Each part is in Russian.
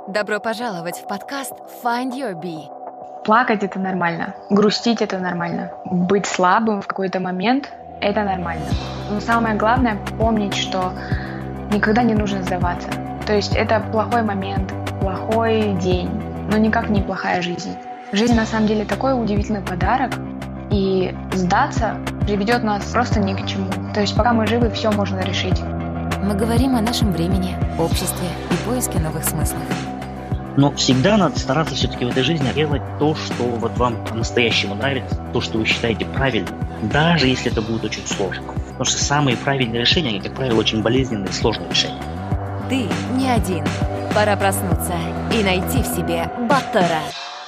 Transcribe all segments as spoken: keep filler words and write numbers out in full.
Добро пожаловать в подкаст Find Your Bee. Плакать — это нормально, грустить — это нормально, быть слабым в какой-то момент — это нормально. Но самое главное — помнить, что никогда не нужно сдаваться. То есть это плохой момент, плохой день, но никак не плохая жизнь. Жизнь на самом деле такой удивительный подарок, и сдаться приведет нас просто ни к чему. То есть пока мы живы, все можно решить. Мы говорим о нашем времени, обществе и поиске новых смыслов. Но всегда надо стараться все-таки в этой жизни делать то, что вот вам по-настоящему нравится, то, что вы считаете правильным, даже если это будет очень сложно. Потому что самые правильные решения, они, как правило, очень болезненные и сложные решения. Ты не один. Пора проснуться и найти в себе Баттера.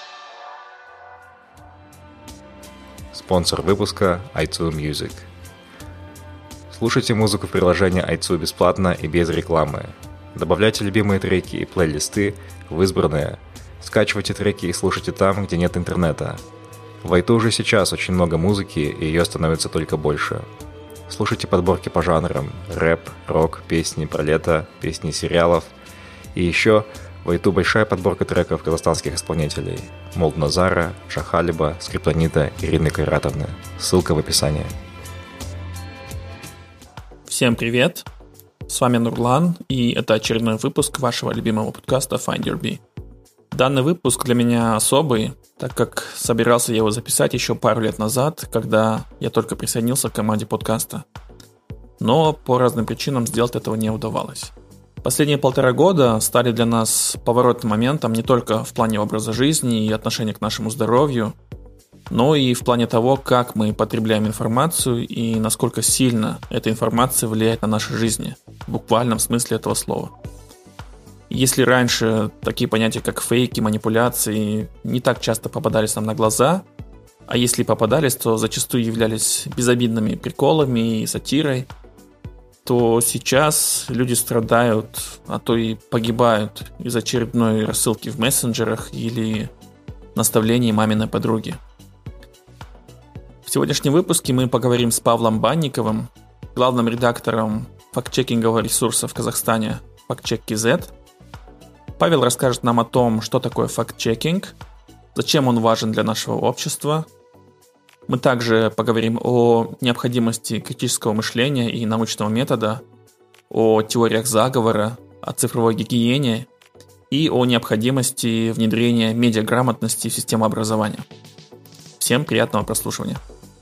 Спонсор выпуска — iTunes Music. Слушайте музыку в приложении iTunes бесплатно и без рекламы. Добавляйте любимые треки и плейлисты в избранные. Скачивайте треки и слушайте там, где нет интернета. В iTunes уже сейчас очень много музыки, и ее становится только больше. Слушайте подборки по жанрам: рэп, рок, песни про лето, песни сериалов. И еще в iTunes большая подборка треков казахстанских исполнителей: Молдназара, Шахалиба, Скриптонита, Ирины Кайратовны. Ссылка в описании. Всем привет! С вами Нурлан, и это очередной выпуск вашего любимого подкаста Find Your Bee. Данный выпуск для меня особый, так как собирался я его записать еще пару лет назад, когда я только присоединился к команде подкаста. Но по разным причинам сделать этого не удавалось. Последние полтора года стали для нас поворотным моментом не только в плане образа жизни и отношения к нашему здоровью, но и в плане того, как мы потребляем информацию и насколько сильно эта информация влияет на наши жизни, в буквальном смысле этого слова. Если раньше такие понятия, как фейки, манипуляции, не так часто попадались нам на глаза, а если попадались, то зачастую являлись безобидными приколами и сатирой, то сейчас люди страдают, а то и погибают из очередной рассылки в мессенджерах или наставлений маминой подруги. В сегодняшнем выпуске мы поговорим с Павлом Банниковым, главным редактором фактчекингового ресурса в Казахстане FactCheck.kz. Павел расскажет нам о том, что такое фактчекинг, зачем он важен для нашего общества. Мы также поговорим о необходимости критического мышления и научного метода, о теориях заговора, о цифровой гигиене и о необходимости внедрения медиаграмотности в систему образования. Всем приятного прослушивания.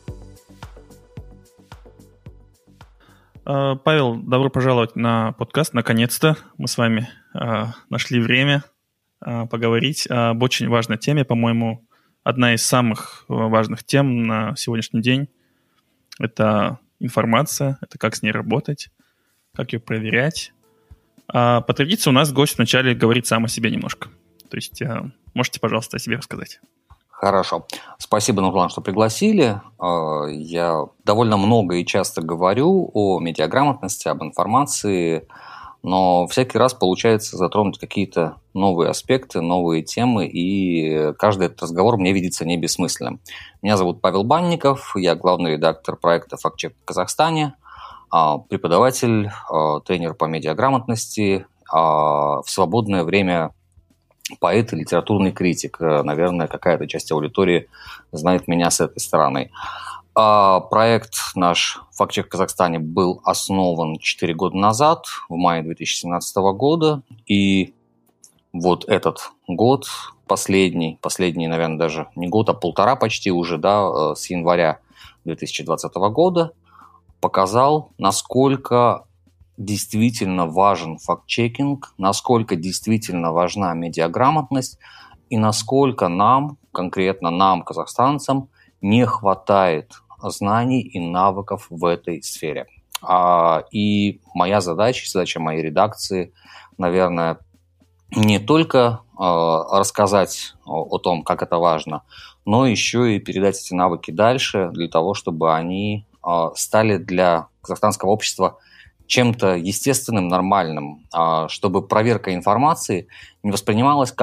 Павел, добро пожаловать на подкаст. Наконец-то мы с вами э, нашли время э, поговорить об очень важной теме. По-моему, одна из самых важных тем на сегодняшний день – это информация, это как с ней работать, как ее проверять. А по традиции у нас гость вначале говорит сам о себе немножко. То есть э, можете, пожалуйста, о себе рассказать. Хорошо. Спасибо, Нурлан, что пригласили. Я довольно много и часто говорю о медиаграмотности, об информации, но всякий раз получается затронуть какие-то новые аспекты, новые темы, и каждый этот разговор мне видится не бессмысленным. Меня зовут Павел Банников, я главный редактор проекта FactCheck в Казахстане, преподаватель, тренер по медиаграмотности, в свободное время поэт и литературный критик. Наверное, какая-то часть аудитории знает меня с этой стороны. Проект наш FactCheck в Казахстане был основан четыре года назад, в мае две тысячи семнадцатого года. И вот этот год, последний, последний, наверное, даже не год, а полтора почти уже, да, с января две тысячи двадцатого года, показал, насколько действительно важен фактчекинг, насколько действительно важна медиаграмотность и насколько нам, конкретно нам, казахстанцам, не хватает знаний и навыков в этой сфере. И моя задача, задача моей редакции, наверное, не только рассказать о том, как это важно, но еще и передать эти навыки дальше для того, чтобы они стали для казахстанского общества чем-то естественным, нормальным, чтобы проверка информации не воспринималась как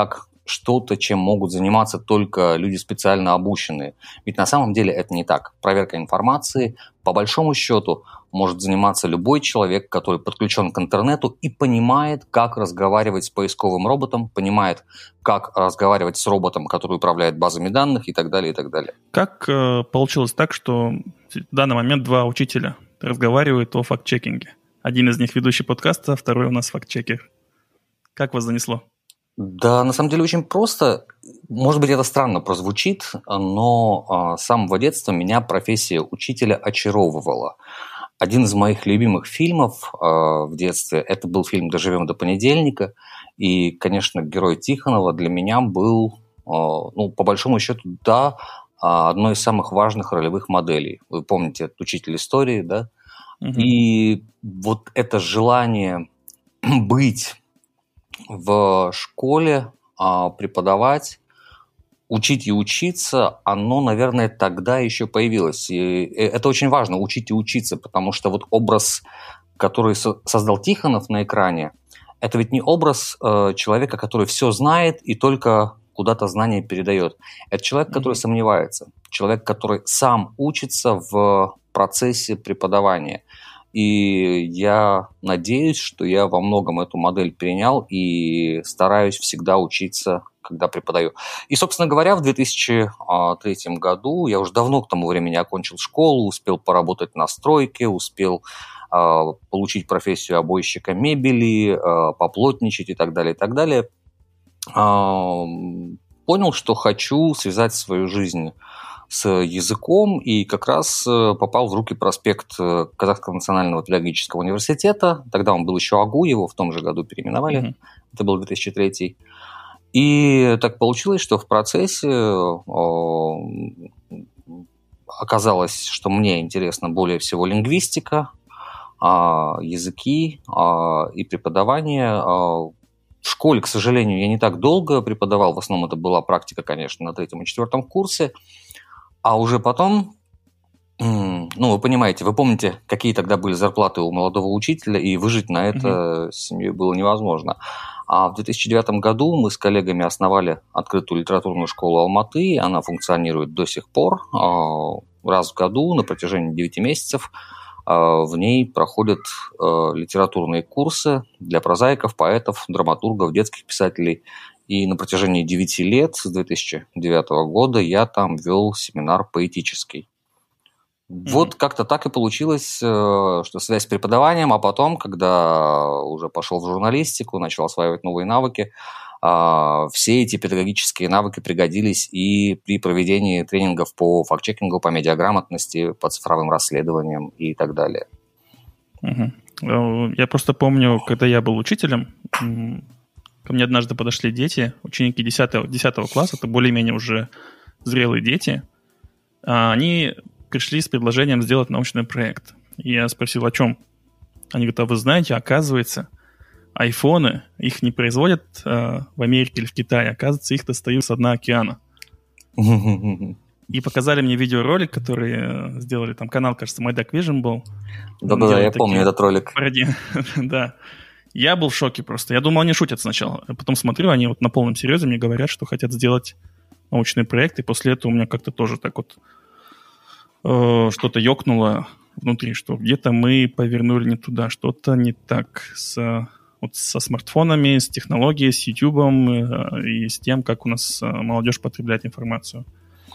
что-то, чем могут заниматься только люди специально обученные. Ведь на самом деле это не так. Проверка информации, по большому счету, может заниматься любой человек, который подключен к интернету и понимает, как разговаривать с поисковым роботом, понимает, как разговаривать с роботом, который управляет базами данных и так далее, и так далее. Как э, получилось так, что в данный момент два учителя разговаривают о факт-чекинге? Один из них ведущий подкаста, второй у нас факт-чекер. Как вас занесло? Да, на самом деле очень просто. Может быть, это странно прозвучит, но с самого детства меня профессия учителя очаровывала. Один из моих любимых фильмов в детстве, это был фильм «Доживем до понедельника». И, конечно, герой Тихонова для меня был, ну, по большому счету, да, одной из самых важных ролевых моделей. Вы помните, это учитель истории, да? Угу. И вот это желание быть в школе, преподавать, учить и учиться, оно, наверное, тогда еще появилось. И это очень важно, учить и учиться, потому что вот образ, который создал Тихонов на экране, это ведь не образ человека, который все знает и только куда-то знания передает. Это человек, который mm-hmm. сомневается, человек, который сам учится в процессе преподавания. И я надеюсь, что я во многом эту модель перенял и стараюсь всегда учиться, когда преподаю. И, собственно говоря, в две тысячи третьем году, я уже давно к тому времени окончил школу, успел поработать на стройке, успел э, получить профессию обойщика мебели, э, поплотничать и так далее, и так далее. Э, понял, что хочу связать свою жизнь с языком, и как раз попал в руки проспект Казахского национального педагогического университета. Тогда он был еще АГУ, его в том же году переименовали. Mm-hmm. Это был две тысячи третий. И так получилось, что в процессе оказалось, что мне интересна более всего лингвистика, языки и преподавание. В школе, к сожалению, я не так долго преподавал. В основном это была практика, конечно, на третьем и четвертом курсе. А уже потом, ну, вы понимаете, вы помните, какие тогда были зарплаты у молодого учителя, и выжить на это mm-hmm. с семьей было невозможно. А в две тысячи девятом году мы с коллегами основали открытую литературную школу Алматы. Она функционирует до сих пор. Раз в году на протяжении девяти месяцев в ней проходят литературные курсы для прозаиков, поэтов, драматургов, детских писателей. И на протяжении девяти лет, с две тысячи девятого года, я там вел семинар поэтический. Mm-hmm. Вот как-то так и получилось, что связь с преподаванием, а потом, когда уже пошел в журналистику, начал осваивать новые навыки, все эти педагогические навыки пригодились и при проведении тренингов по факт-чекингу, по медиаграмотности, по цифровым расследованиям и так далее. Mm-hmm. Я просто помню, когда я был учителем, ко мне однажды подошли дети, ученики десятого, десятого класса, это более-менее уже зрелые дети. Они пришли с предложением сделать научный проект. И я спросил, о чем? Они говорят, а вы знаете, оказывается, айфоны, их не производят э, в Америке или в Китае, оказывается, их достают со дна океана. И показали мне видеоролик, который сделали, там канал, кажется, MyDuck Vision был. Да-да-да, я помню этот ролик. Да. Я был в шоке просто. Я думал, они шутят сначала. А потом смотрю, они вот на полном серьезе мне говорят, что хотят сделать научный проект. И после этого у меня как-то тоже так вот э, что-то ёкнуло внутри, что где-то мы повернули не туда, что-то не так с, вот со смартфонами, с технологией, с Ютубом э, и с тем, как у нас молодежь потребляет информацию.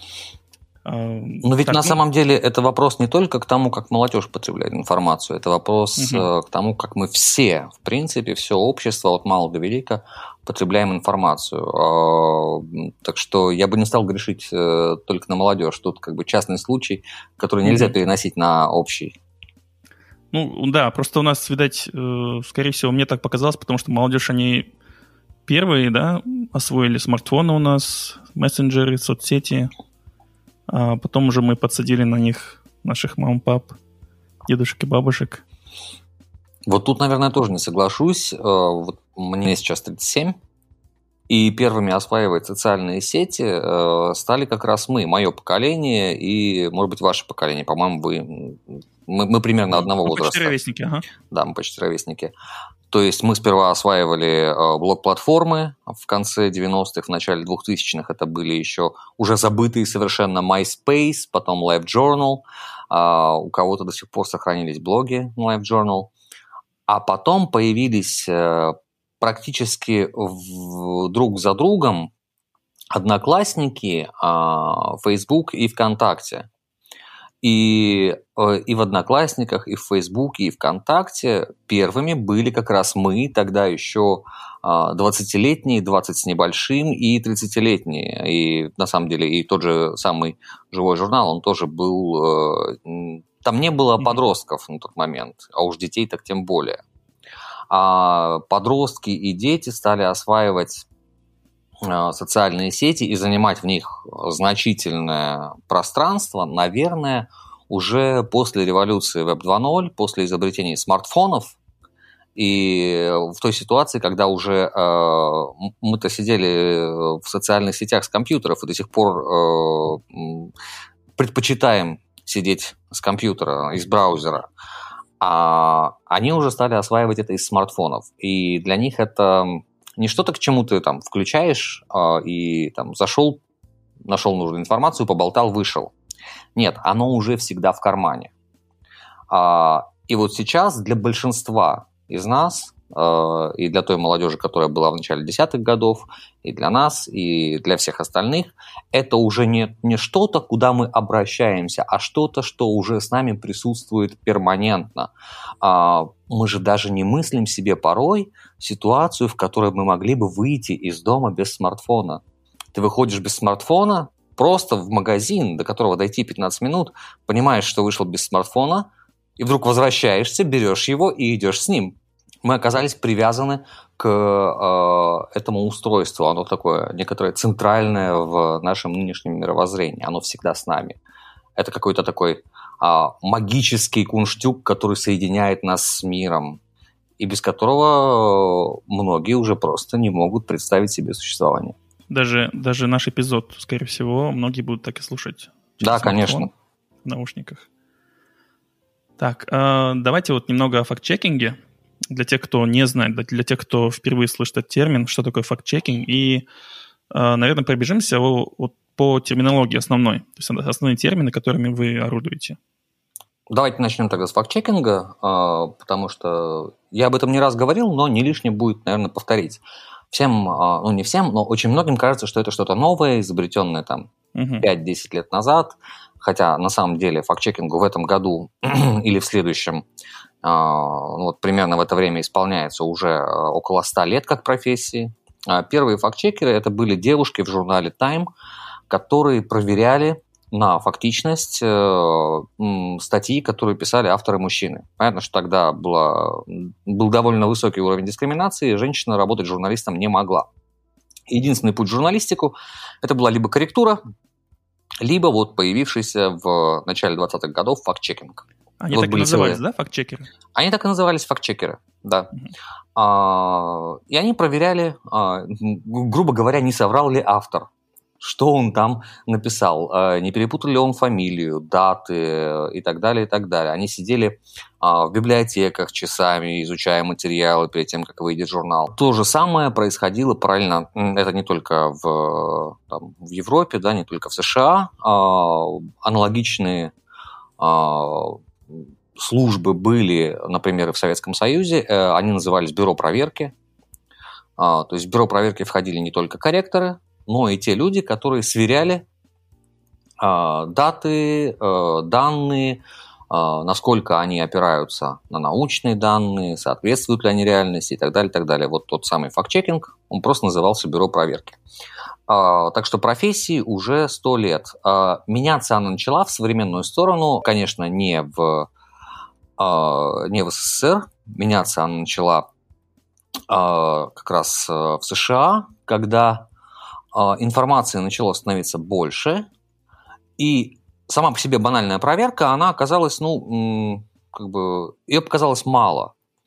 Но ведь так, на ну... самом деле это вопрос не только к тому, как молодежь потребляет информацию, это вопрос угу. к тому, как мы все, в принципе, все общество от мала до велика потребляем информацию. Так что я бы не стал грешить только на молодежь. Тут как бы частный случай, который нельзя угу. переносить на общий. Ну да, просто у нас, видать, скорее всего, мне так показалось, потому что молодежь, они первые, да, освоили смартфоны у нас, мессенджеры, соцсети. А потом уже мы подсадили на них наших мам, пап, дедушек и бабушек. Вот тут, наверное, тоже не соглашусь. Вот мне сейчас тридцать семь. И первыми осваивать социальные сети э, стали как раз мы, мое поколение и, может быть, ваше поколение. По-моему, вы, мы, мы примерно одного мы возраста. Почти ровесники, ага. Да, мы почти ровесники. То есть мы сперва осваивали э, блог-платформы в конце девяностых, в начале двухтысячных. Это были еще уже забытые совершенно MySpace, потом LiveJournal. Э, у кого-то до сих пор сохранились блоги LiveJournal. А потом появились... Э, практически в, друг за другом Одноклассники, Facebook и ВКонтакте. И, и в Одноклассниках, и в Фейсбуке, и ВКонтакте первыми были как раз мы, тогда еще двадцатилетние, двадцать с небольшим, и тридцатилетние. И на самом деле и тот же самый «Живой журнал», он тоже был... Там не было подростков на тот момент, а уж детей так тем более. А подростки и дети стали осваивать социальные сети и занимать в них значительное пространство, наверное, уже после революции веб два ноль, после изобретения смартфонов, и в той ситуации, когда уже э, мы-то сидели в социальных сетях с компьютеров и до сих пор э, предпочитаем сидеть с компьютера, из браузера, а они уже стали осваивать это из смартфонов. И для них это не что-то, к чему ты там включаешь э, и там зашел, нашел нужную информацию, поболтал, вышел. Нет, оно уже всегда в кармане. А, и вот сейчас для большинства из нас, э, и для той молодежи, которая была в начале десятых годов, и для нас, и для всех остальных, это уже не, не что-то, куда мы обращаемся, а что-то, что уже с нами присутствует перманентно. А, мы же даже не мыслим себе порой ситуацию, в которой мы могли бы выйти из дома без смартфона. Ты выходишь без смартфона, просто в магазин, до которого дойти пятнадцать минут, понимаешь, что вышел без смартфона, и вдруг возвращаешься, берешь его и идешь с ним. Мы оказались привязаны к э, этому устройству. Оно такое некоторое центральное в нашем нынешнем мировоззрении. Оно всегда с нами. Это какой-то такой э, магический кунштюк, который соединяет нас с миром, и без которого многие уже просто не могут представить себе существование. Даже, даже наш эпизод, скорее всего, многие будут так и слушать. Да, конечно. В наушниках. Так, э, давайте вот немного о факт-чекинге. Для тех, кто не знает, для тех, кто впервые слышит этот термин, что такое факт-чекинг. И, э, наверное, пробежимся вот по терминологии основной. То есть основные термины, которыми вы орудуете. Давайте начнем тогда с факт-чекинга, э, потому что я об этом не раз говорил, но не лишнее будет, наверное, повторить. Всем, ну не всем, но очень многим кажется, что это что-то новое, изобретенное там uh-huh. пять-десять лет назад, хотя на самом деле факт-чекингу в этом году или в следующем, ну, вот примерно в это время исполняется уже около ста лет как профессии. Первые факт-чекеры это были девушки в журнале Time, которые проверяли на фактичность э, статьи, которые писали авторы-мужчины. Понятно, что тогда была, был довольно высокий уровень дискриминации, и женщина работать журналистом не могла. Единственный путь в журналистику – это была либо корректура, либо вот появившийся в начале двадцатых годов факт-чекинг. Они вот так и назывались, целые... да, факт-чекеры? Они так и назывались факт-чекеры, да. Mm-hmm. А, и они проверяли, а, грубо говоря, не соврал ли автор. Что он там написал, не перепутал ли он фамилию, даты и так далее, и так далее. Они сидели в библиотеках часами, изучая материалы перед тем, как выйдет журнал. То же самое происходило параллельно, это не только в, там, в Европе, да, не только в США. Аналогичные службы были, например, и в Советском Союзе. Они назывались бюро проверки. То есть в бюро проверки входили не только корректоры, но и те люди, которые сверяли э, даты, э, данные, э, насколько они опираются на научные данные, соответствуют ли они реальности и так далее, и так далее. Вот тот самый факт-чекинг, он просто назывался бюро проверки. Э, так что профессии уже сто лет. Э, меняться она начала в современную сторону, конечно, не в, э, не в СССР, меняться она начала э, как раз в США, когда информации начало становиться больше, и сама по себе банальная проверка, она оказалась, ну, как бы, ее показалось мало.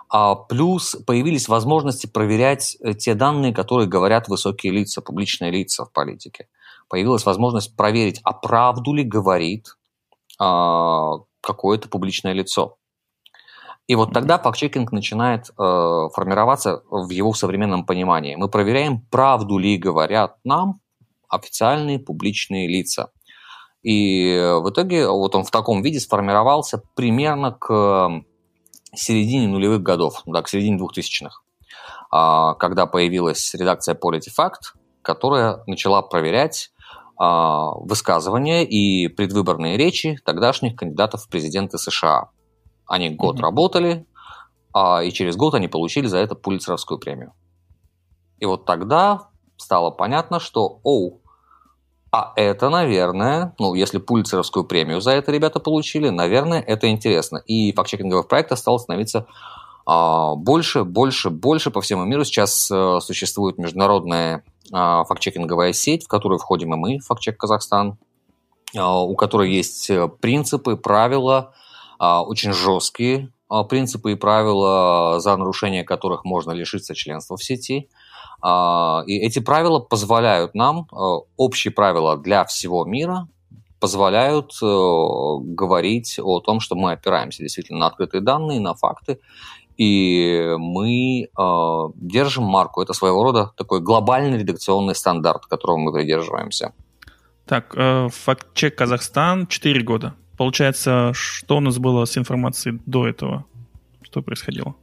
А плюс появились возможности проверять те данные, которые говорят высокие лица, публичные лица в политике. Появилась возможность проверить, а правду ли говорит а, какое-то публичное лицо. И вот тогда факт-чекинг начинает э, формироваться в его современном понимании. Мы проверяем, правду ли говорят нам официальные публичные лица. И в итоге вот он в таком виде сформировался примерно к середине нулевых годов, да, к середине двухтысячных, когда появилась редакция PolitiFact, которая начала проверять высказывания и предвыборные речи тогдашних кандидатов в президенты США. Они год mm-hmm. работали, и через год они получили за это Пулитцеровскую премию. И вот тогда стало понятно, что, оу, а это, наверное, ну, если Пулитцеровскую премию за это ребята получили, наверное, это интересно. И факт-чекинговых проектов стало становиться а, больше, больше, больше по всему миру. Сейчас а, существует международная а, факт-чекинговая сеть, в которую входим и мы, Фактчек Казахстан, а, у которой есть принципы, правила, а, очень жесткие а, принципы и правила, за нарушение которых можно лишиться членства в сети. И эти правила позволяют нам, общие правила для всего мира, позволяют говорить о том, что мы опираемся действительно на открытые данные, на факты, и мы держим марку. Это своего рода такой глобальный редакционный стандарт, которого мы придерживаемся. Так, факт-чек Казахстан, четыре года. Получается, что у нас было с информацией до этого? Что происходило?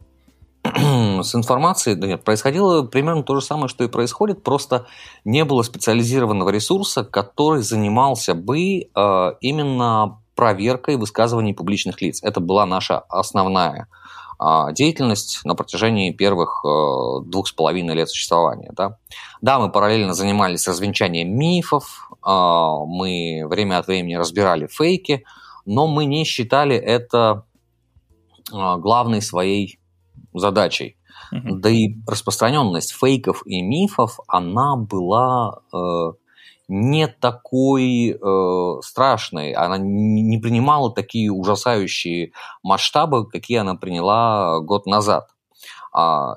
С информацией, да нет, происходило примерно то же самое, что и происходит, просто не было специализированного ресурса, который занимался бы э, именно проверкой высказываний публичных лиц. Это была наша основная э, деятельность на протяжении первых э, двух с половиной лет существования. Да? да, мы параллельно занимались развенчанием мифов, э, мы время от времени разбирали фейки, но мы не считали это э, главной своей задачей. Uh-huh. Да и распространенность фейков и мифов, она была э, не такой э, страшной, она не принимала такие ужасающие масштабы, какие она приняла год назад. А,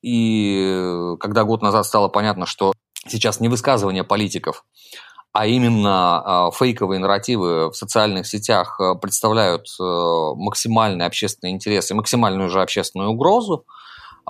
и когда год назад стало понятно, что сейчас не высказывания политиков, а именно э, фейковые нарративы в социальных сетях э, представляют э, максимальный общественный интерес и максимальную же общественную угрозу, э,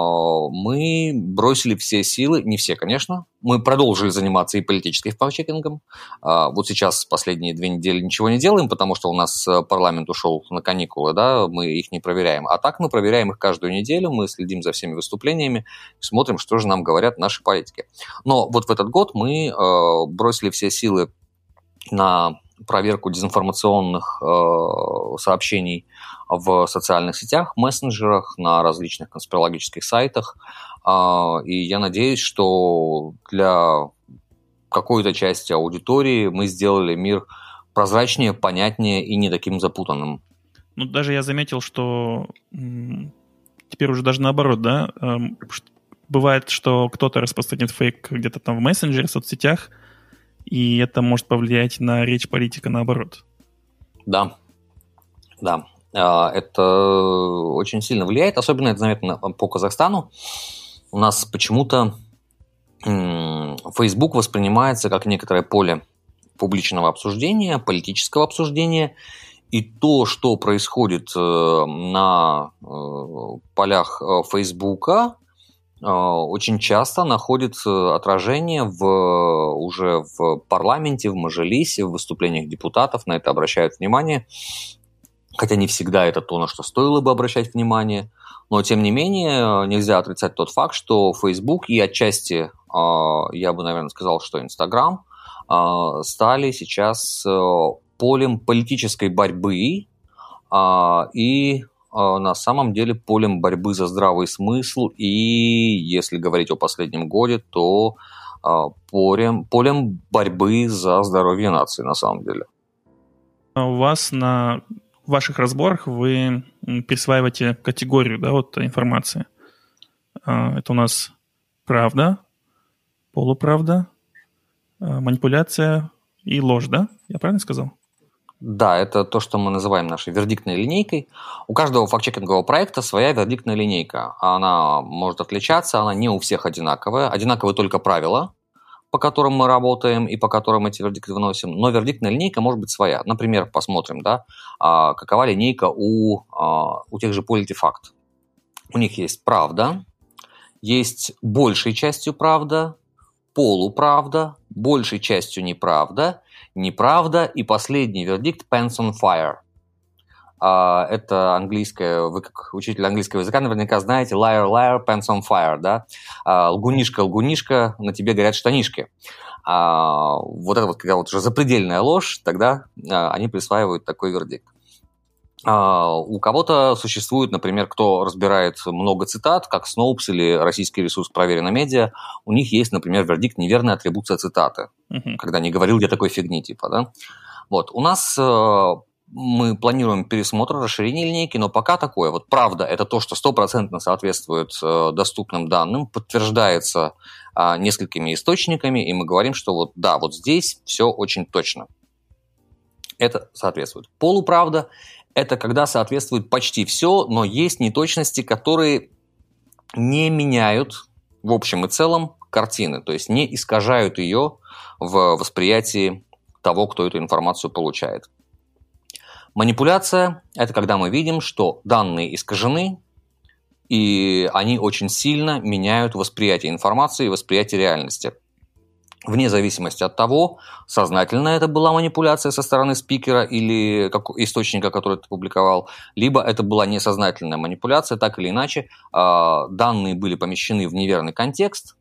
мы бросили все силы, не все, конечно, мы продолжили заниматься и политическим факт-чекингом. Э, вот сейчас последние две недели ничего не делаем, потому что у нас парламент ушел на каникулы, да, мы их не проверяем. А так мы проверяем их каждую неделю, мы следим за всеми выступлениями, смотрим, что же нам говорят наши политики. Но вот в этот год мы э, бросили все силы на проверку дезинформационных э, сообщений в социальных сетях, мессенджерах, на различных конспирологических сайтах. Э, и я надеюсь, что для какой-то части аудитории мы сделали мир прозрачнее, понятнее и не таким запутанным. Ну, даже я заметил, что м- теперь уже даже наоборот, да, эм, бывает, что кто-то распространит фейк где-то там в мессенджере, в соцсетях, и это может повлиять на речь политика наоборот. Да, да. Это очень сильно влияет. Особенно это заметно по Казахстану. У нас почему-то Facebook воспринимается как некоторое поле публичного обсуждения, политического обсуждения. И то, что происходит на полях Фейсбука, очень часто находит отражение в, уже в парламенте, в маджлисе, в выступлениях депутатов, на это обращают внимание, хотя не всегда это то, на что стоило бы обращать внимание, но тем не менее нельзя отрицать тот факт, что Facebook и отчасти, я бы, наверное, сказал, что Instagram стали сейчас полем политической борьбы и на самом деле полем борьбы за здравый смысл и, если говорить о последнем годе, то полем, полем борьбы за здоровье нации на самом деле. У вас на ваших разборах вы присваиваете категорию, да, вот информации. Это у нас правда, полуправда, манипуляция и ложь, да? Я правильно сказал? Да, это то, что мы называем нашей вердиктной линейкой. У каждого фактчекингового проекта своя вердиктная линейка. Она может отличаться, она не у всех одинаковая. Одинаковы только правила, по которым мы работаем и по которым эти вердикты выносим, но вердиктная линейка может быть своя. Например, посмотрим, да, какова линейка у, у тех же PolityFact. У них есть правда, есть большей частью правда, полуправда, большей частью неправда, неправда и последний вердикт pants on fire. Это английское, вы как учитель английского языка наверняка знаете, liar, liar, pants on fire, да? Лгунишка, лгунишка, на тебе горят штанишки. Вот это вот, когда вот уже запредельная ложь, тогда они присваивают такой вердикт. У кого-то существует, например, кто разбирает много цитат, как Snopes или российский ресурс «Проверено медиа», у них есть, например, вердикт «неверная атрибуция цитаты», uh-huh. когда не говорил я такой фигни, типа, да. Вот, у нас мы планируем пересмотр, расширение линейки, но пока такое. Вот правда, это то, что стопроцентно соответствует доступным данным, подтверждается несколькими источниками, и мы говорим, что вот да, вот здесь все очень точно. Это соответствует. Полуправда – это когда соответствует почти все, но есть неточности, которые не меняют в общем и целом картины, то есть не искажают ее в восприятии того, кто эту информацию получает. Манипуляция – это когда мы видим, что данные искажены, и они очень сильно меняют восприятие информации и восприятие реальности. Вне зависимости от того, сознательно это была манипуляция со стороны спикера или источника, который это публиковал, либо это была несознательная манипуляция, так или иначе, данные были помещены в неверный контекст,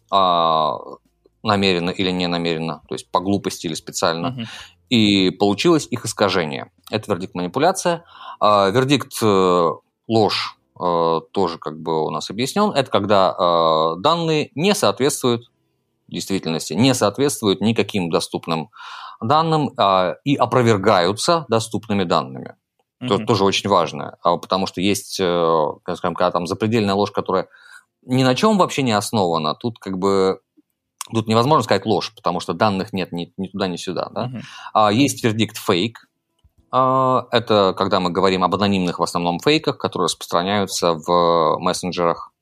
намеренно или не намеренно, то есть по глупости или специально, uh-huh. и получилось их искажение. Это вердикт манипуляция. Вердикт ложь тоже как бы у нас объяснен. Это когда данные не соответствуют действительности, не соответствуют никаким доступным данным а, и опровергаются доступными данными. Mm-hmm. Это тоже очень важно, потому что есть, скажем, когда там запредельная ложь, которая ни на чем вообще не основана, тут как бы тут невозможно сказать ложь, потому что данных нет ни, ни туда, ни сюда. Да? Mm-hmm. А, есть вердикт фейк. А, это когда мы говорим об анонимных в основном фейках, которые распространяются в мессенджерах.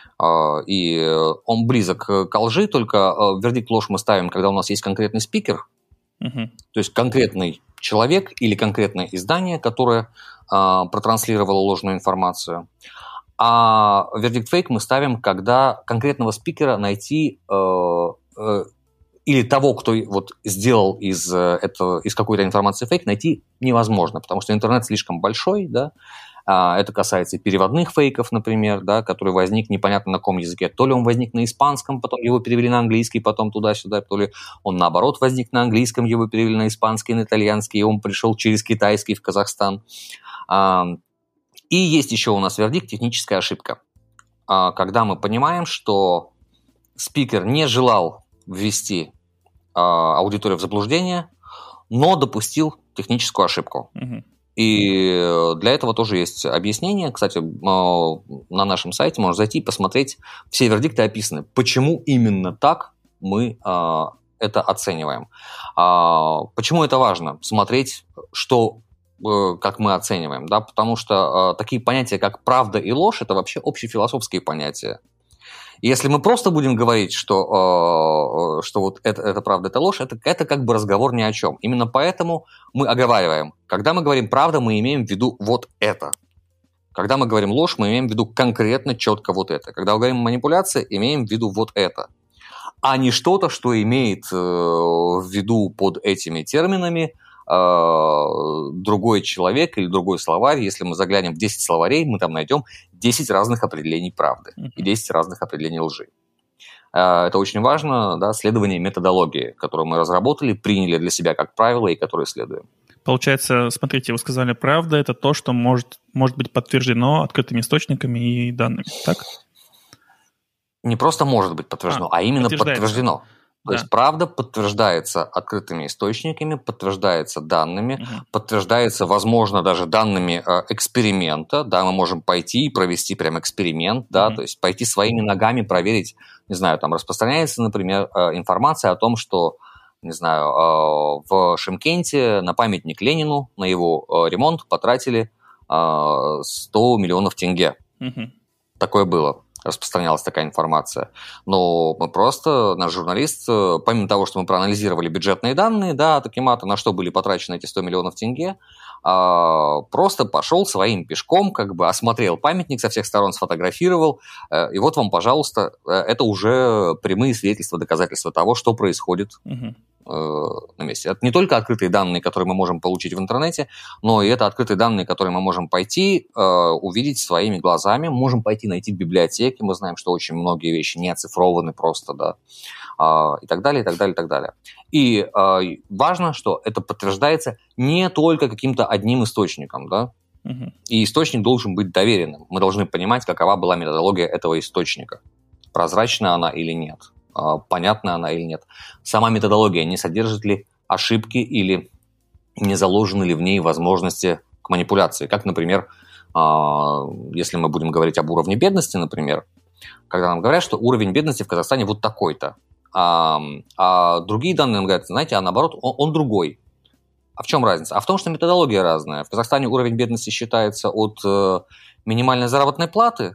И он близок к лжи, только вердикт ложь мы ставим, когда у нас есть конкретный спикер, uh-huh. то есть конкретный человек или конкретное издание, которое а, протранслировало ложную информацию. А вердикт фейк мы ставим, когда конкретного спикера найти э, э, или того, кто вот сделал из, этого, из какой-то информации фейк, найти невозможно, потому что интернет слишком большой, да. Это касается и переводных фейков, например, да, который возник непонятно на каком языке. То ли он возник на испанском, потом его перевели на английский, потом туда-сюда, то ли он, наоборот, возник на английском, его перевели на испанский, на итальянский, и он пришел через китайский в Казахстан. И есть еще у нас вердикт «техническая ошибка». Когда мы понимаем, что спикер не желал ввести аудиторию в заблуждение, но допустил техническую ошибку. Mm-hmm. И для этого тоже есть объяснение. Кстати, на нашем сайте можно зайти и посмотреть, все вердикты описаны. Почему именно так мы это оцениваем? Почему это важно? Смотреть, что, как мы оцениваем. Да? Потому что такие понятия, как правда и ложь, это вообще общефилософские понятия. Если мы просто будем говорить, что, что вот это, это правда, это ложь, это, это как бы разговор ни о чем. Именно поэтому мы оговариваем. Когда мы говорим правда, мы имеем в виду вот это. Когда мы говорим ложь, мы имеем в виду конкретно, четко вот это. Когда мы говорим манипуляция, имеем в виду вот это. А не что-то, что имеет в виду под этими терминами другой человек или другой словарь. Если мы заглянем в десять словарей, мы там найдем десять разных определений правды и десять разных определений лжи. Это очень важно, да, следование методологии, которую мы разработали, приняли для себя как правило и которую следуем. Получается, смотрите, вы сказали, правда – это то, что может, может быть подтверждено открытыми источниками и данными, так? Не просто может быть подтверждено, а, а именно подтверждено. То да. есть правда подтверждается открытыми источниками, подтверждается данными, угу. подтверждается, возможно, даже данными э, эксперимента. Да, мы можем пойти и провести прям эксперимент, да, угу. то есть пойти своими ногами проверить, не знаю, там распространяется, например, э, информация о том, что не знаю, в Шымкенте на памятник Ленину, на его ремонт потратили сто миллионов тенге. Угу. Такое было. Распространялась такая информация. Но мы просто, наш журналист, помимо того, что мы проанализировали бюджетные данные, да, от Акимата, на что были потрачены эти сто миллионов тенге, просто пошел своим пешком, как бы осмотрел памятник со всех сторон, сфотографировал, и вот вам, пожалуйста, это уже прямые свидетельства, доказательства того, что происходит угу. на месте. Это не только открытые данные, которые мы можем получить в интернете, но и это открытые данные, которые мы можем пойти увидеть своими глазами, можем пойти найти в библиотеке, мы знаем, что очень многие вещи не оцифрованы просто, да, и так далее, и так далее, и так далее. И важно, что это подтверждается не только каким-то одним источником, да, угу. И источник должен быть доверенным. Мы должны понимать, какова была методология этого источника, прозрачна она или нет, понятна она или нет. Сама методология, не содержит ли ошибки или не заложены ли в ней возможности к манипуляции. Как, например, если мы будем говорить об уровне бедности, например, когда нам говорят, что уровень бедности в Казахстане вот такой-то, а, а другие данные нам говорят, знаете, а наоборот, он, он другой. А в чем разница? А в том, что методология разная. В Казахстане уровень бедности считается от э, минимальной заработной платы,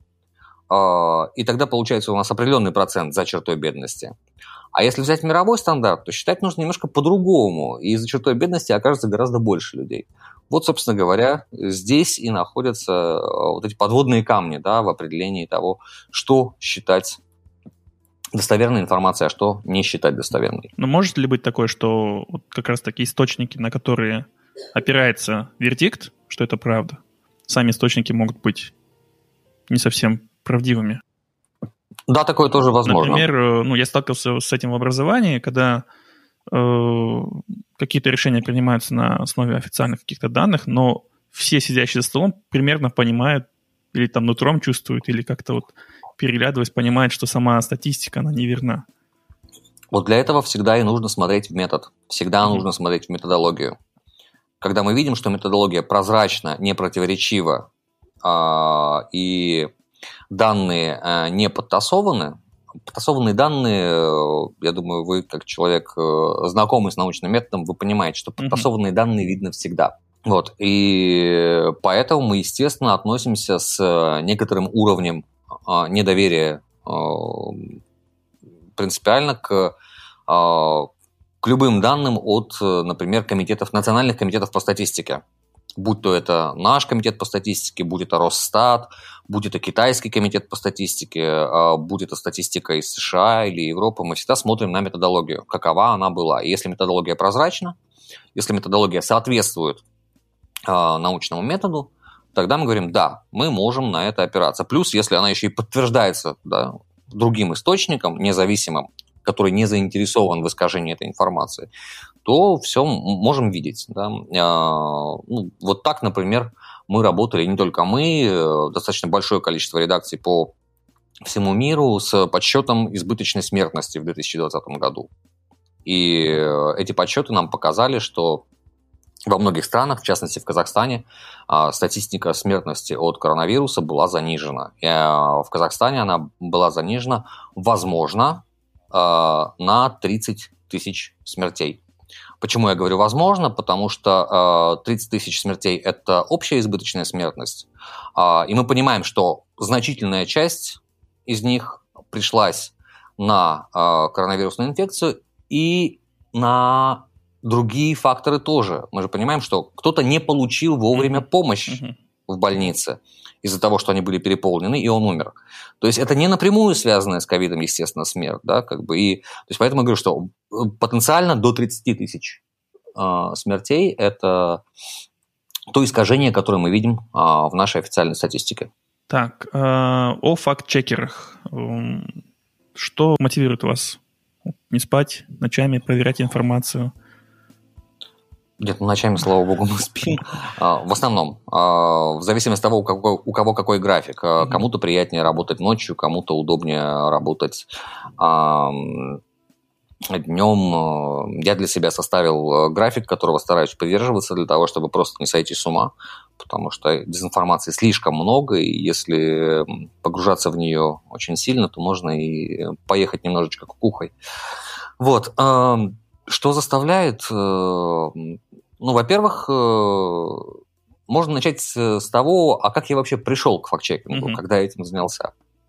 и тогда получается у нас определенный процент за чертой бедности. А если взять мировой стандарт, то считать нужно немножко по-другому, и за чертой бедности окажется гораздо больше людей. Вот, собственно говоря, здесь и находятся вот эти подводные камни, да, в определении того, что считать достоверной информацией, а что не считать достоверной. Но может ли быть такое, что вот как раз такие источники, на которые опирается вердикт, что это правда, сами источники могут быть не совсем правдивыми? Да, такое тоже возможно. Например, ну, я сталкивался с этим в образовании, когда э, какие-то решения принимаются на основе официальных каких-то данных, но все сидящие за столом примерно понимают, или там нутром чувствуют, или как-то вот переглядываясь, понимают, что сама статистика, она неверна. Вот для этого всегда и нужно смотреть в метод. Всегда mm-hmm. нужно смотреть в методологию. Когда мы видим, что методология прозрачна, не противоречива, э, и данные э, не подтасованы, подтасованные данные, я думаю, вы как человек, э, знакомый с научным методом, вы понимаете, что подтасованные mm-hmm. данные видно всегда. Вот. И поэтому мы, естественно, относимся с некоторым уровнем э, недоверия э, принципиально к, э, к любым данным от, например, комитетов, национальных комитетов по статистике. Будь то это наш комитет по статистике, будь это Росстат, будь это китайский комитет по статистике, будь это статистика из США или Европы, мы всегда смотрим на методологию, какова она была. И если методология прозрачна, если методология соответствует э, научному методу, тогда мы говорим, да, мы можем на это опираться. Плюс, если она еще и подтверждается, да, другим источником, независимым, который не заинтересован в искажении этой информации, то все можем видеть. Да? Ну, вот так, например, мы работали, не только мы, достаточно большое количество редакций по всему миру с подсчетом избыточной смертности в две тысячи двадцатом году. И эти подсчеты нам показали, что во многих странах, в частности в Казахстане, статистика смертности от коронавируса была занижена. И в Казахстане она была занижена, возможно, на тридцать тысяч смертей. Почему я говорю возможно? Потому что тридцать тысяч смертей – это общая избыточная смертность. И мы понимаем, что значительная часть из них пришлась на коронавирусную инфекцию и на другие факторы тоже. Мы же понимаем, что кто-то не получил вовремя помощь mm-hmm. в больнице из-за того, что они были переполнены, и он умер. То есть это не напрямую связанная с ковидом, естественно, смерть. Да, как бы, и, то есть поэтому я говорю, что потенциально до тридцать тысяч э, смертей – это то искажение, которое мы видим э, в нашей официальной статистике. Так, э, о факт-чекерах. Что мотивирует вас не спать ночами, проверять информацию? Нет, ну, ночами, слава богу, мы спим. В основном, в зависимости от того, у кого, у кого какой график. Mm-hmm. Кому-то приятнее работать ночью, кому-то удобнее работать днем. Я для себя составил график, которого стараюсь придерживаться для того, чтобы просто не сойти с ума, потому что дезинформации слишком много, и если погружаться в нее очень сильно, то можно и поехать немножечко кукухой. Вот. Что заставляет? Ну, во-первых, можно начать с того, а как я вообще пришел к фактчекингу, mm-hmm. когда я этим занялся.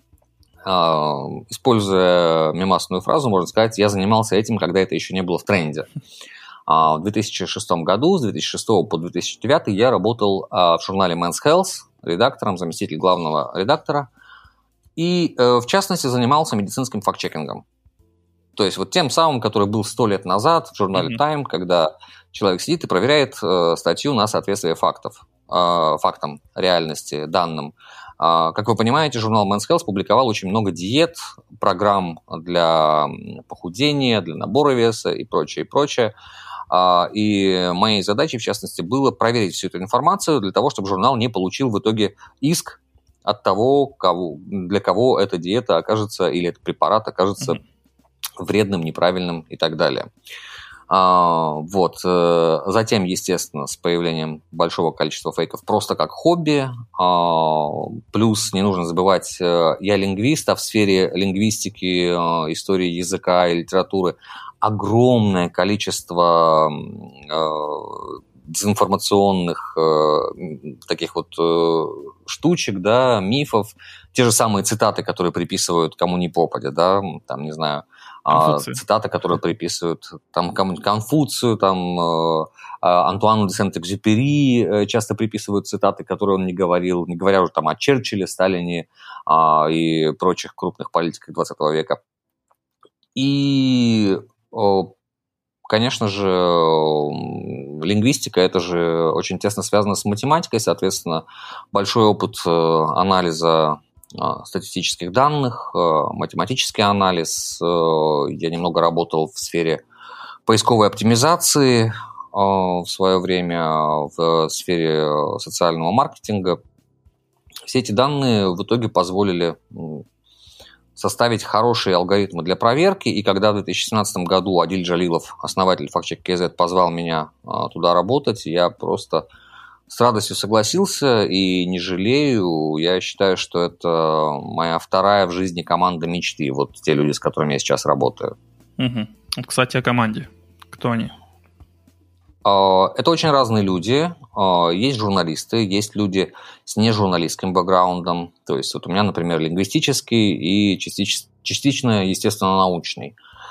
Используя мемасную фразу, можно сказать, я занимался этим, когда это еще не было в тренде. В две тысячи шестом году, с две тысячи шестого по две тысячи девятый я работал в журнале Men's Health редактором, заместитель главного редактора, и, в частности, занимался медицинским фактчекингом. То есть вот тем самым, который был сто лет назад в журнале mm-hmm. Time, когда человек сидит и проверяет статью на соответствие фактов, фактам, реальности, данным. Как вы понимаете, журнал Men's Health публиковал очень много диет, программ для похудения, для набора веса и прочее, и прочее. И моей задачей, в частности, было проверить всю эту информацию для того, чтобы журнал не получил в итоге иск от того, кого, для кого эта диета окажется или этот препарат окажется mm-hmm. вредным, неправильным и так далее. Вот. Затем, естественно, с появлением большого количества фейков просто как хобби. Плюс, не нужно забывать, я лингвист, а в сфере лингвистики, истории языка и литературы огромное количество дезинформационных таких вот штучек, да, мифов. Те же самые цитаты, которые приписывают кому ни попадя, да, там, не знаю, Конфуцию. Цитаты, которые приписывают там, Конфуцию, там, Антуану де Сент-Экзюпери часто приписывают цитаты, которые он не говорил, не говоря уже там о Черчилле, Сталине и прочих крупных политиках двадцатого века. И, конечно же, лингвистика – это же очень тесно связано с математикой, соответственно, большой опыт анализа статистических данных, математический анализ. Я немного работал в сфере поисковой оптимизации в свое время, в сфере социального маркетинга. Все эти данные в итоге позволили составить хорошие алгоритмы для проверки, и когда в две тысячи семнадцатом году Адиль Джалилов, основатель фактчек точка кей зет, позвал меня туда работать, я просто с радостью согласился и не жалею. Я считаю, что это моя вторая в жизни команда мечты. Вот те люди, с которыми я сейчас работаю. Угу. Кстати, о команде. Кто они? Это очень разные люди. Есть журналисты, есть люди с нежурналистским бэкграундом. То есть вот у меня, например, лингвистический и частично, частично естественно-научный.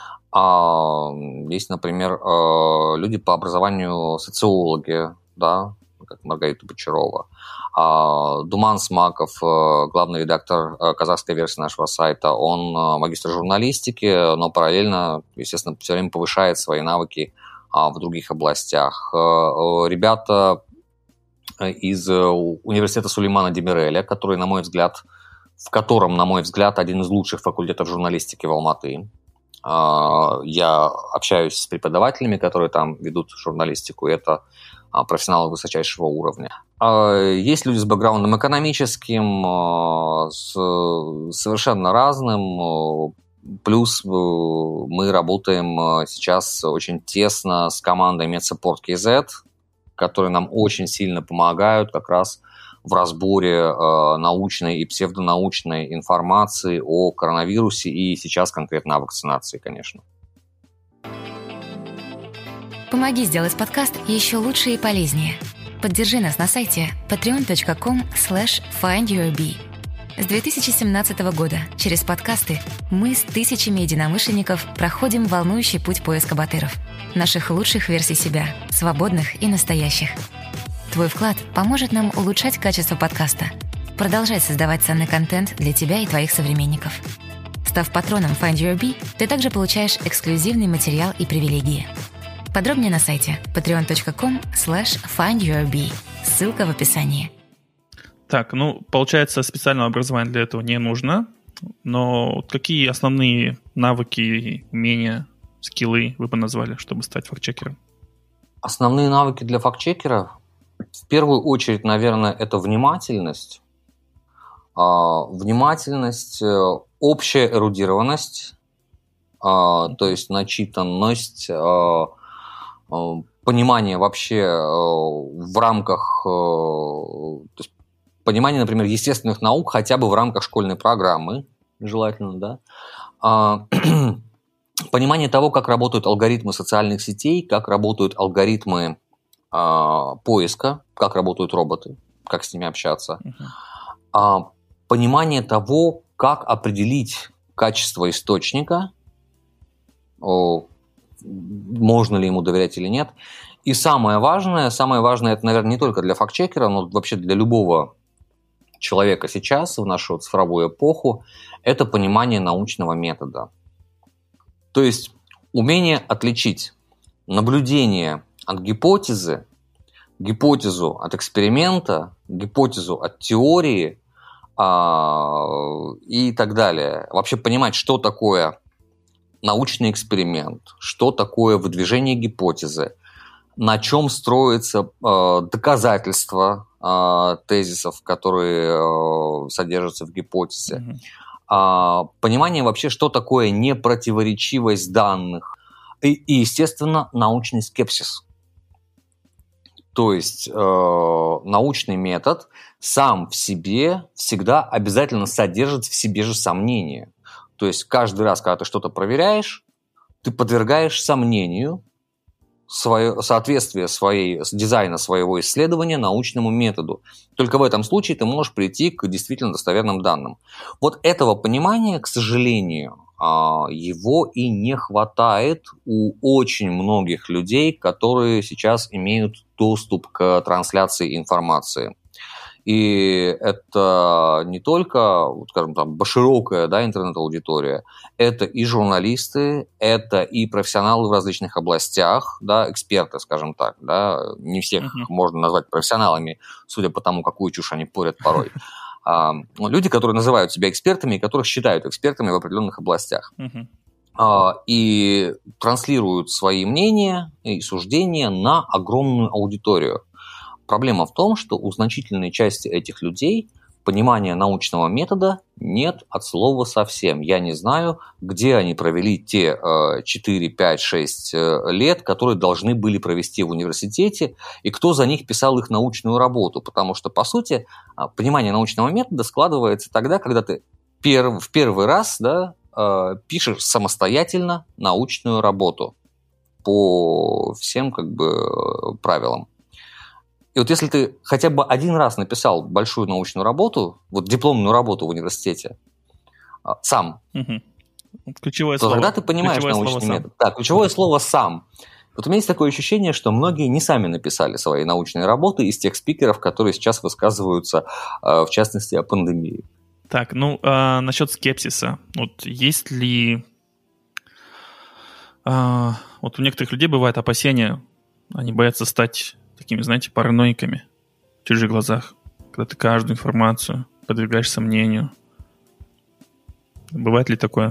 Есть, например, люди по образованию социологи, да, как Маргарита Бочарова. Думан Смаков, главный редактор казахской версии нашего сайта, он магистр журналистики, но параллельно, естественно, все время повышает свои навыки в других областях. Ребята из университета Сулеймана Демиреля, который, на мой взгляд, в котором, на мой взгляд, один из лучших факультетов журналистики в Алматы. Я общаюсь с преподавателями, которые там ведут журналистику, это профессионалы высочайшего уровня. Есть люди с бэкграундом экономическим, с совершенно разным. Плюс мы работаем сейчас очень тесно с командой MedSupport точка кей зет, которые нам очень сильно помогают как раз в разборе научной и псевдонаучной информации о коронавирусе и сейчас конкретно о вакцинации, конечно. Помоги сделать подкаст еще лучше и полезнее. Поддержи нас на сайте patreon точка com slash findyourbee. С две тысячи семнадцатого года через подкасты мы с тысячами единомышленников проходим волнующий путь поиска батыров, наших лучших версий себя, свободных и настоящих. Твой вклад поможет нам улучшать качество подкаста, продолжать создавать ценный контент для тебя и твоих современников. Став патроном Find Your Bee, ты также получаешь эксклюзивный материал и привилегии. Подробнее на сайте patreon точка com slash findyourbee. Ссылка в описании. Так, ну, получается, специального образования для этого не нужно, но какие основные навыки, умения, скиллы вы бы назвали, чтобы стать фактчекером? Основные навыки для фактчекера? В первую очередь, наверное, это внимательность. Внимательность, общая эрудированность, то есть начитанность, понимание вообще в рамках, то есть понимание, например, естественных наук хотя бы в рамках школьной программы, желательно, да. понимание того, как работают алгоритмы социальных сетей, как работают алгоритмы э, поиска, как работают роботы, как с ними общаться. Uh-huh. Э, понимание того, как определить качество источника, о, можно ли ему доверять или нет. И самое важное, самое важное, это, наверное, не только для фактчекера, но вообще для любого человека сейчас, в нашу цифровую эпоху, это понимание научного метода. То есть умение отличить наблюдение от гипотезы, гипотезу от эксперимента, гипотезу от теории а, и так далее. Вообще понимать, что такое научный эксперимент, что такое выдвижение гипотезы, на чем строится э, доказательство э, тезисов, которые э, содержатся в гипотезе. Mm-hmm. Э, понимание вообще, что такое непротиворечивость данных. И, и естественно, научный скепсис. То есть э, научный метод сам в себе всегда обязательно содержит в себе же сомнения. То есть каждый раз, когда ты что-то проверяешь, ты подвергаешь сомнению свое, соответствие своей, дизайна своего исследования научному методу. Только в этом случае ты можешь прийти к действительно достоверным данным. Вот этого понимания, к сожалению, его и не хватает у очень многих людей, которые сейчас имеют доступ к трансляции информации. И это не только, скажем, там, широкая, да, интернет-аудитория, это и журналисты, это и профессионалы в различных областях, да, эксперты, скажем так, да, не всех uh-huh. можно назвать профессионалами, судя по тому, какую чушь они порят порой. А, люди, которые называют себя экспертами и которых считают экспертами в определенных областях. Uh-huh. А, и транслируют свои мнения и суждения на огромную аудиторию. Проблема в том, что у значительной части этих людей понимания научного метода нет от слова совсем. Я не знаю, где они провели те четыре, пять, шесть лет, которые должны были провести в университете, и кто за них писал их научную работу. Потому что, по сути, понимание научного метода складывается тогда, когда ты перв, в первый раз, да, пишешь самостоятельно научную работу по всем, как бы, правилам. И вот если ты хотя бы один раз написал большую научную работу, вот дипломную работу в университете, сам, угу. Ключевое то слово. тогда ты понимаешь ключевое научный метод. Да, ключевое слово «сам». Вот у меня есть такое ощущение, что многие не сами написали свои научные работы из тех спикеров, которые сейчас высказываются, в частности, о пандемии. Так, ну, а, насчет скепсиса. Вот есть ли... А, вот у некоторых людей бывает опасения, они боятся стать... такими, знаете, параноиками в чужих глазах, когда ты каждую информацию подвергаешь сомнению. Бывает ли такое?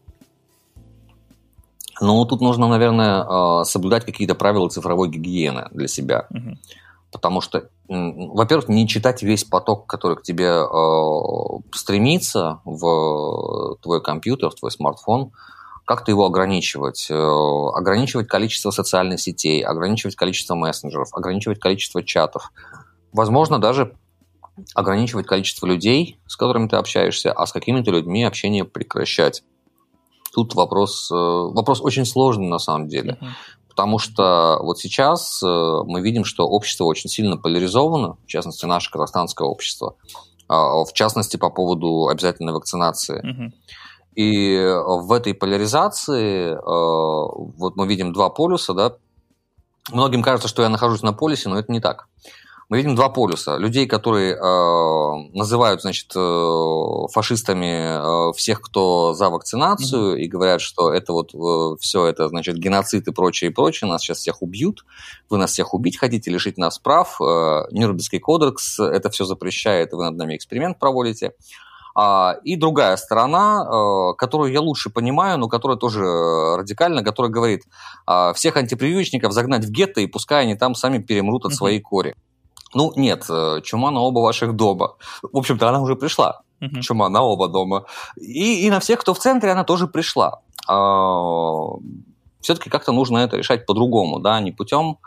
Ну, тут нужно, наверное, соблюдать какие-то правила цифровой гигиены для себя. Угу. Потому что, во-первых, не читать весь поток, который к тебе стремится в твой компьютер, в твой смартфон. Как-то его ограничивать? Ограничивать количество социальных сетей, ограничивать количество мессенджеров, ограничивать количество чатов. Возможно, даже ограничивать количество людей, с которыми ты общаешься, а с какими-то людьми общение прекращать. Тут вопрос, вопрос очень сложный на самом деле. Uh-huh. Потому что вот сейчас мы видим, что общество очень сильно поляризовано, в частности, наше казахстанское общество, в частности, по поводу обязательной вакцинации. Uh-huh. И в этой поляризации вот мы видим два полюса, да. Многим кажется, что я нахожусь на полюсе, но это не так. Мы видим два полюса. Людей, которые называют, значит, фашистами всех, кто за вакцинацию, mm-hmm. и говорят, что это вот все это, значит, геноцид и прочее, и прочее, нас сейчас всех убьют, вы нас всех убить хотите, лишить нас прав, Нюрнбергский кодекс это все запрещает, вы над нами эксперимент проводите. И другая сторона, которую я лучше понимаю, но которая тоже радикальна, которая говорит, всех антипрививочников загнать в гетто, и пускай они там сами перемрут от uh-huh. своей кори. Ну, нет, чума на оба ваших дома. В общем-то, она уже пришла. Uh-huh. Чума на оба дома. И, и на всех, кто в центре, она тоже пришла. Все-таки как-то нужно это решать по-другому, да, не путем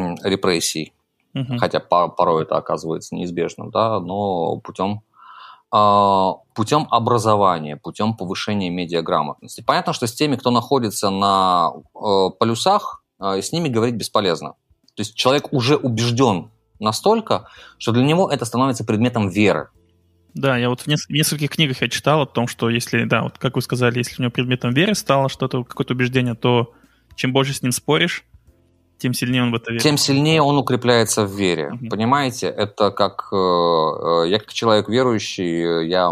репрессий. Uh-huh. Хотя порой это оказывается неизбежным, да, но путем путем образования, путем повышения медиаграмотности. Понятно, что с теми, кто находится на полюсах, с ними говорить бесполезно. То есть человек уже убежден настолько, что для него это становится предметом веры. Да, я вот в нескольких книгах я читал о том, что если, да, вот как вы сказали, если у него предметом веры стало что-то, какое-то убеждение, то чем больше с ним споришь, тем сильнее он в это верит. Тем сильнее он укрепляется в вере. Uh-huh. Понимаете, это как э, я как человек верующий, я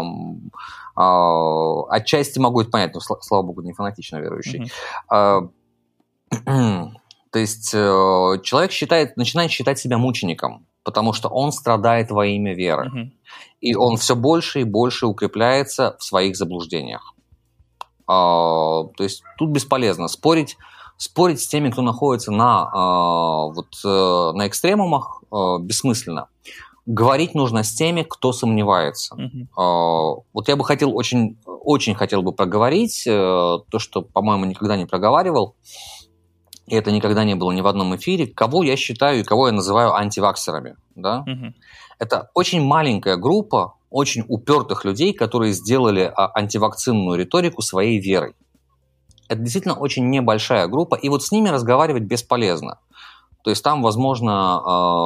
э, отчасти могу это понять, но, слава богу, не фанатично верующий. Uh-huh. Э, то есть э, человек считает, начинает считать себя мучеником, потому что он страдает во имя веры. Uh-huh. И он все больше и больше укрепляется в своих заблуждениях. Э, то есть тут бесполезно спорить. Спорить с теми, кто находится на, э, вот, э, на экстремумах, э, бессмысленно. Говорить нужно с теми, кто сомневается. Mm-hmm. Э, вот я бы хотел, очень, очень хотел бы проговорить э, то, что, по-моему, никогда не проговаривал, и это никогда не было ни в одном эфире, кого я считаю и кого я называю антиваксерами. Да? Mm-hmm. Это очень маленькая группа очень упертых людей, которые сделали антивакцинную риторику своей верой. Это действительно очень небольшая группа, и вот с ними разговаривать бесполезно. То есть там, возможно,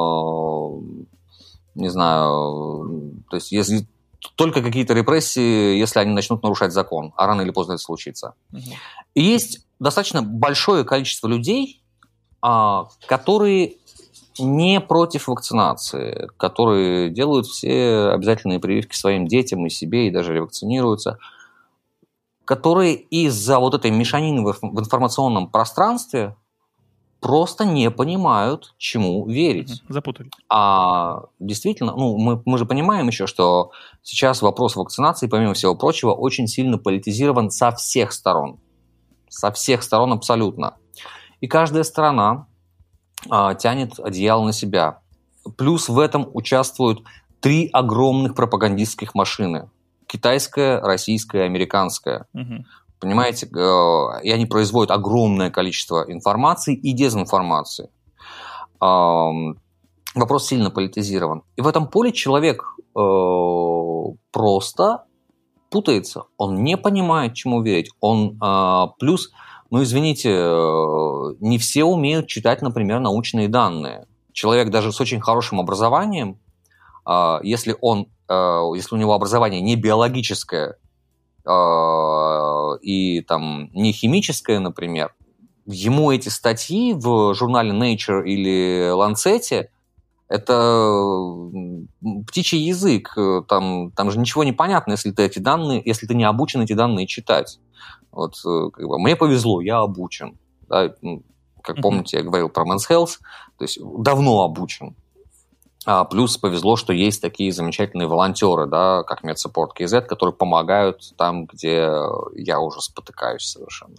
э, не знаю, то есть если, только какие-то репрессии, если они начнут нарушать закон, а рано или поздно это случится. Угу. И есть достаточно большое количество людей, э, которые не против вакцинации, которые делают все обязательные прививки своим детям и себе, и даже ревакцинируются, которые из-за вот этой мешанины в информационном пространстве просто не понимают, чему верить. Запутались. А действительно, ну, мы, мы же понимаем еще, что сейчас вопрос вакцинации, помимо всего прочего, очень сильно политизирован со всех сторон. Со всех сторон абсолютно. И каждая сторона а, тянет одеяло на себя. Плюс в этом участвуют три огромных пропагандистских машины. Китайская, российская, американская. Угу. Понимаете, и они производят огромное количество информации и дезинформации. Вопрос сильно политизирован. И в этом поле человек просто путается. Он не понимает, чему верить. Он плюс, ну извините, не все умеют читать, например, научные данные. Человек даже с очень хорошим образованием, если он если у него образование не биологическое э, и там, не химическое, например, ему эти статьи в журнале Nature или Lancet это птичий язык. Там, там же ничего не понятно, если ты эти данные, если ты не обучен эти данные читать. Вот, как бы, мне повезло, я обучен. Да? Как помните, я говорил про Men's Health, то есть давно обучен. А плюс повезло, что есть такие замечательные волонтеры, да, как MedSupport кей зет, которые помогают там, где я уже спотыкаюсь совершенно.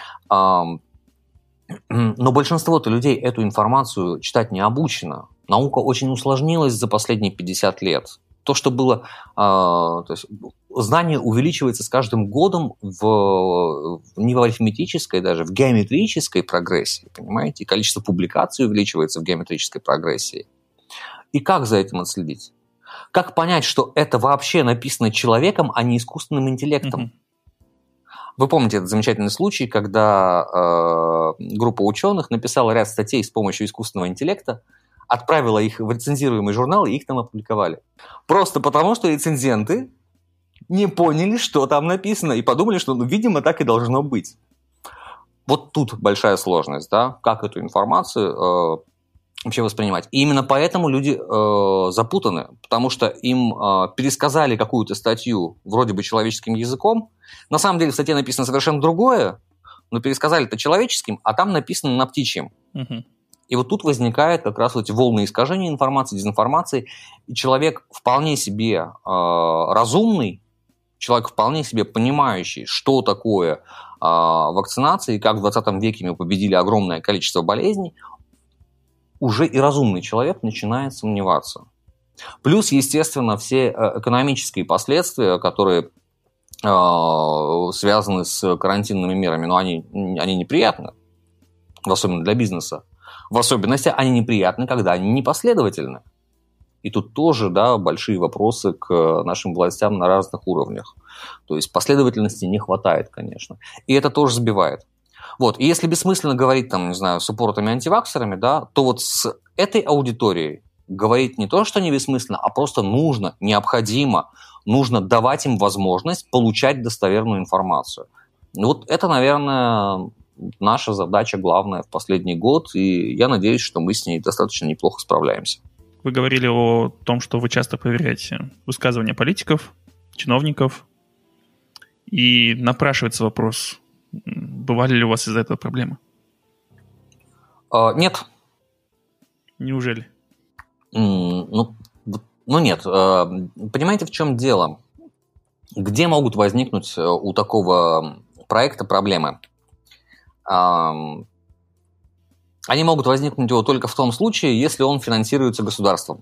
Но большинство-то людей эту информацию читать не обучено. Наука очень усложнилась за последние пятьдесят лет. То, что было... То есть знание увеличивается с каждым годом в, не в арифметической, даже в геометрической прогрессии, понимаете? И количество публикаций увеличивается в геометрической прогрессии. И как за этим отследить? Как понять, что это вообще написано человеком, а не искусственным интеллектом? Mm-hmm. Вы помните этот замечательный случай, когда э, группа ученых написала ряд статей с помощью искусственного интеллекта, отправила их в рецензируемый журнал, и их там опубликовали. Просто потому, что рецензенты не поняли, что там написано, и подумали, что, ну, видимо, так и должно быть. Вот тут большая сложность, да, как эту информацию... Э, вообще воспринимать. И именно поэтому люди э, запутаны, потому что им э, пересказали какую-то статью вроде бы человеческим языком. На самом деле в статье написано совершенно другое, но пересказали это человеческим, а там написано на птичьем. Uh-huh. И вот тут возникает как раз вот эти волны искажения информации, дезинформации, и человек вполне себе э, разумный, человек вполне себе понимающий, что такое э, вакцинация и как в двадцатом веке мы победили огромное количество болезней, уже и разумный человек начинает сомневаться. Плюс, естественно, все экономические последствия, которые э, связаны с карантинными мерами, но они, они неприятны, особенно для бизнеса. В особенности они неприятны, когда они непоследовательны. И тут тоже, да, большие вопросы к нашим властям на разных уровнях. То есть последовательности не хватает, конечно. И это тоже сбивает. Вот. И если бессмысленно говорить, там, не знаю, с упоротыми антиваксерами, да, то вот с этой аудиторией говорить не то, что не бессмысленно, а просто нужно, необходимо, нужно давать им возможность получать достоверную информацию. Вот это, наверное, наша задача главная в последний год, и я надеюсь, что мы с ней достаточно неплохо справляемся. Вы говорили о том, что вы часто проверяете высказывания политиков, чиновников, и напрашивается вопрос, бывали ли у вас из-за этого проблемы? А, нет. Неужели? Mm, ну, ну нет. Понимаете, в чем дело? Где могут возникнуть у такого проекта проблемы? Они могут возникнуть его только в том случае, если он финансируется государством.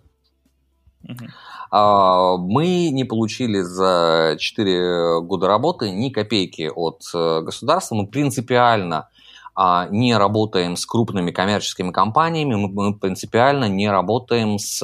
Uh-huh. Мы не получили за четыре года работы ни копейки от государства. Мы принципиально не работаем с крупными коммерческими компаниями, мы принципиально не работаем с,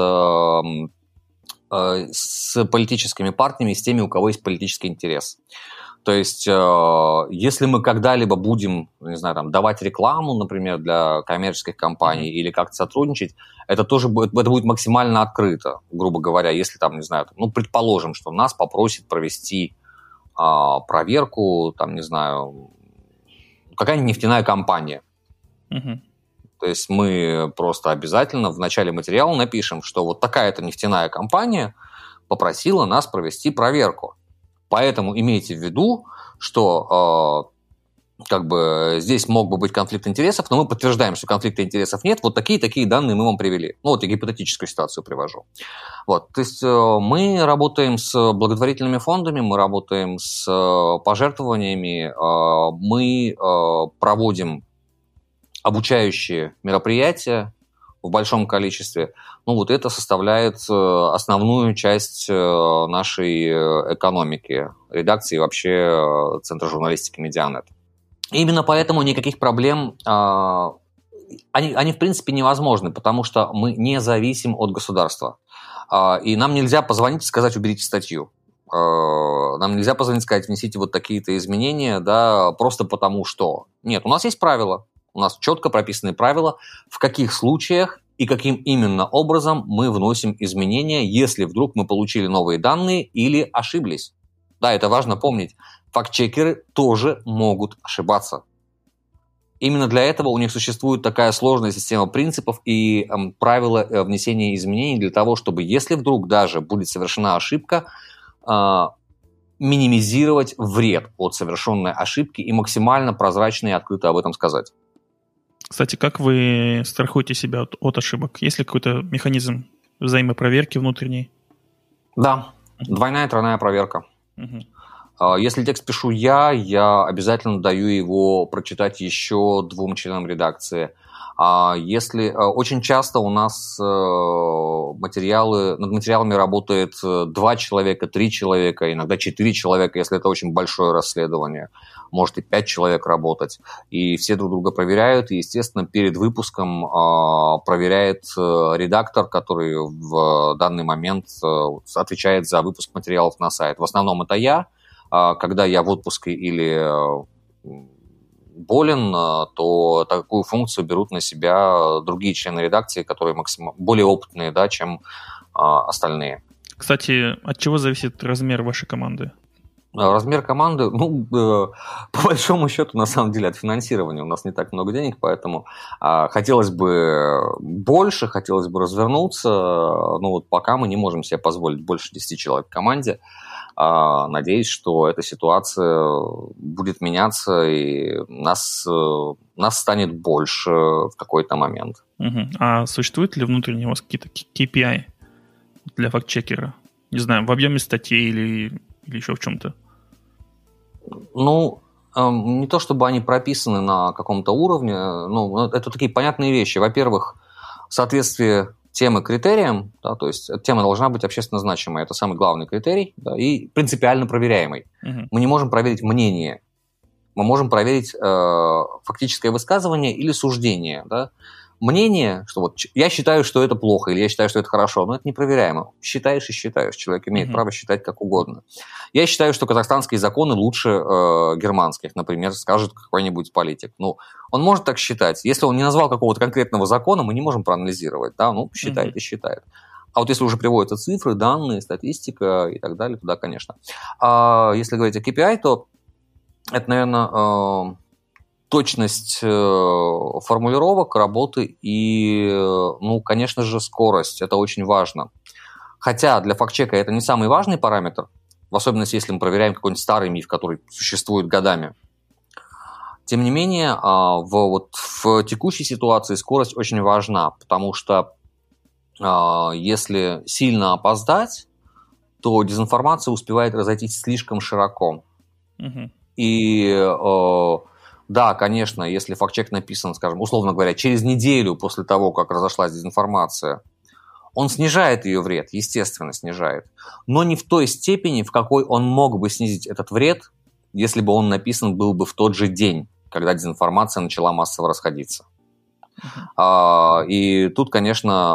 с политическими партиями, с теми, у кого есть политический интерес. То есть, если мы когда-либо будем, не знаю, там, давать рекламу, например, для коммерческих компаний или как-то сотрудничать, это тоже будет, это будет максимально открыто, грубо говоря, если там, не знаю, ну, предположим, что нас попросит провести а, проверку, там, не знаю, какая-нибудь нефтяная компания. Uh-huh. То есть мы просто обязательно в начале материала напишем, что вот такая-то нефтяная компания попросила нас провести проверку. Поэтому имейте в виду, что э, как бы здесь мог бы быть конфликт интересов, но мы подтверждаем, что конфликта интересов нет. Вот такие-такие данные мы вам привели. Ну, вот я гипотетическую ситуацию привожу. Вот, то есть э, мы работаем с благотворительными фондами, мы работаем с э, пожертвованиями, э, мы э, проводим обучающие мероприятия в большом количестве. Ну, вот это составляет основную часть нашей экономики, редакции и вообще Центра журналистики Медианет. И именно поэтому никаких проблем, они, они в принципе невозможны, потому что мы не зависим от государства. И нам нельзя позвонить и сказать: уберите статью. Нам нельзя позвонить и сказать: внесите вот такие-то изменения, да, просто потому что. Нет, у нас есть правила. У нас четко прописаны правила, в каких случаях и каким именно образом мы вносим изменения, если вдруг мы получили новые данные или ошиблись. Да, это важно помнить. Фактчекеры тоже могут ошибаться. Именно для этого у них существует такая сложная система принципов и э, правила внесения изменений для того, чтобы, если вдруг даже будет совершена ошибка, э, минимизировать вред от совершенной ошибки и максимально прозрачно и открыто об этом сказать. Кстати, как вы страхуете себя от, от ошибок? Есть ли какой-то механизм взаимопроверки внутренней? Да, двойная, тройная проверка. Uh-huh. Если текст пишу я, я обязательно даю его прочитать еще двум членам редакции. Если очень часто у нас материалы, над материалами работает два человека, три человека, иногда четыре человека, если это очень большое расследование. Может и пять человек работать. И все друг друга проверяют. И, естественно, перед выпуском э, проверяет э, редактор, который в данный момент э, отвечает за выпуск материалов на сайт. В основном это я. Э, когда я в отпуске или э, болен, э, то такую функцию берут на себя другие члены редакции, которые максим... более опытные, да, чем э, остальные. Кстати, от чего зависит размер вашей команды? Размер команды, ну, э, по большому счету, на самом деле, от финансирования. У нас не так много денег, поэтому э, хотелось бы больше, хотелось бы развернуться, но вот пока мы не можем себе позволить больше десяти человек в команде. Э, надеюсь, что эта ситуация будет меняться, и нас, э, нас станет больше в какой-то момент. Uh-huh. А существуют ли внутренние у вас какие-то кей пи ай для фактчекера? Не знаю, в объеме статей или... или еще в чем-то? Ну, э, не то чтобы они прописаны на каком-то уровне, ну, это такие понятные вещи. Во-первых, соответствие темы критериям, да, то есть тема должна быть общественно значимой, это самый главный критерий, да, и принципиально проверяемый. Uh-huh. Мы не можем проверить мнение, мы можем проверить э, фактическое высказывание или суждение, да. мнение, что вот я считаю, что это плохо, или я считаю, что это хорошо, но это непроверяемо. Считаешь и считаешь. Человек имеет mm-hmm. право считать как угодно. Я считаю, что казахстанские законы лучше э, германских, например, скажет какой-нибудь политик. Ну, он может так считать. Если он не назвал какого-то конкретного закона, мы не можем проанализировать. Да? Ну, считает mm-hmm. и считает. А вот если уже приводятся цифры, данные, статистика и так далее, туда, конечно. А если говорить о кей пи ай, то это, наверное, э, точность э, формулировок, работы и, э, ну, конечно же, скорость. Это очень важно. Хотя для фактчека это не самый важный параметр, в особенности, если мы проверяем какой-нибудь старый миф, который существует годами. Тем не менее, э, в, вот, в текущей ситуации скорость очень важна, потому что если сильно опоздать, то дезинформация успевает разойтись слишком широко. Uh-huh. И э, да, конечно, если фактчек написан, скажем, условно говоря, через неделю после того, как разошлась дезинформация, он снижает ее вред, естественно, снижает. Но не в той степени, в какой он мог бы снизить этот вред, если бы он написан был бы в тот же день, когда дезинформация начала массово расходиться. Uh-huh. И тут, конечно,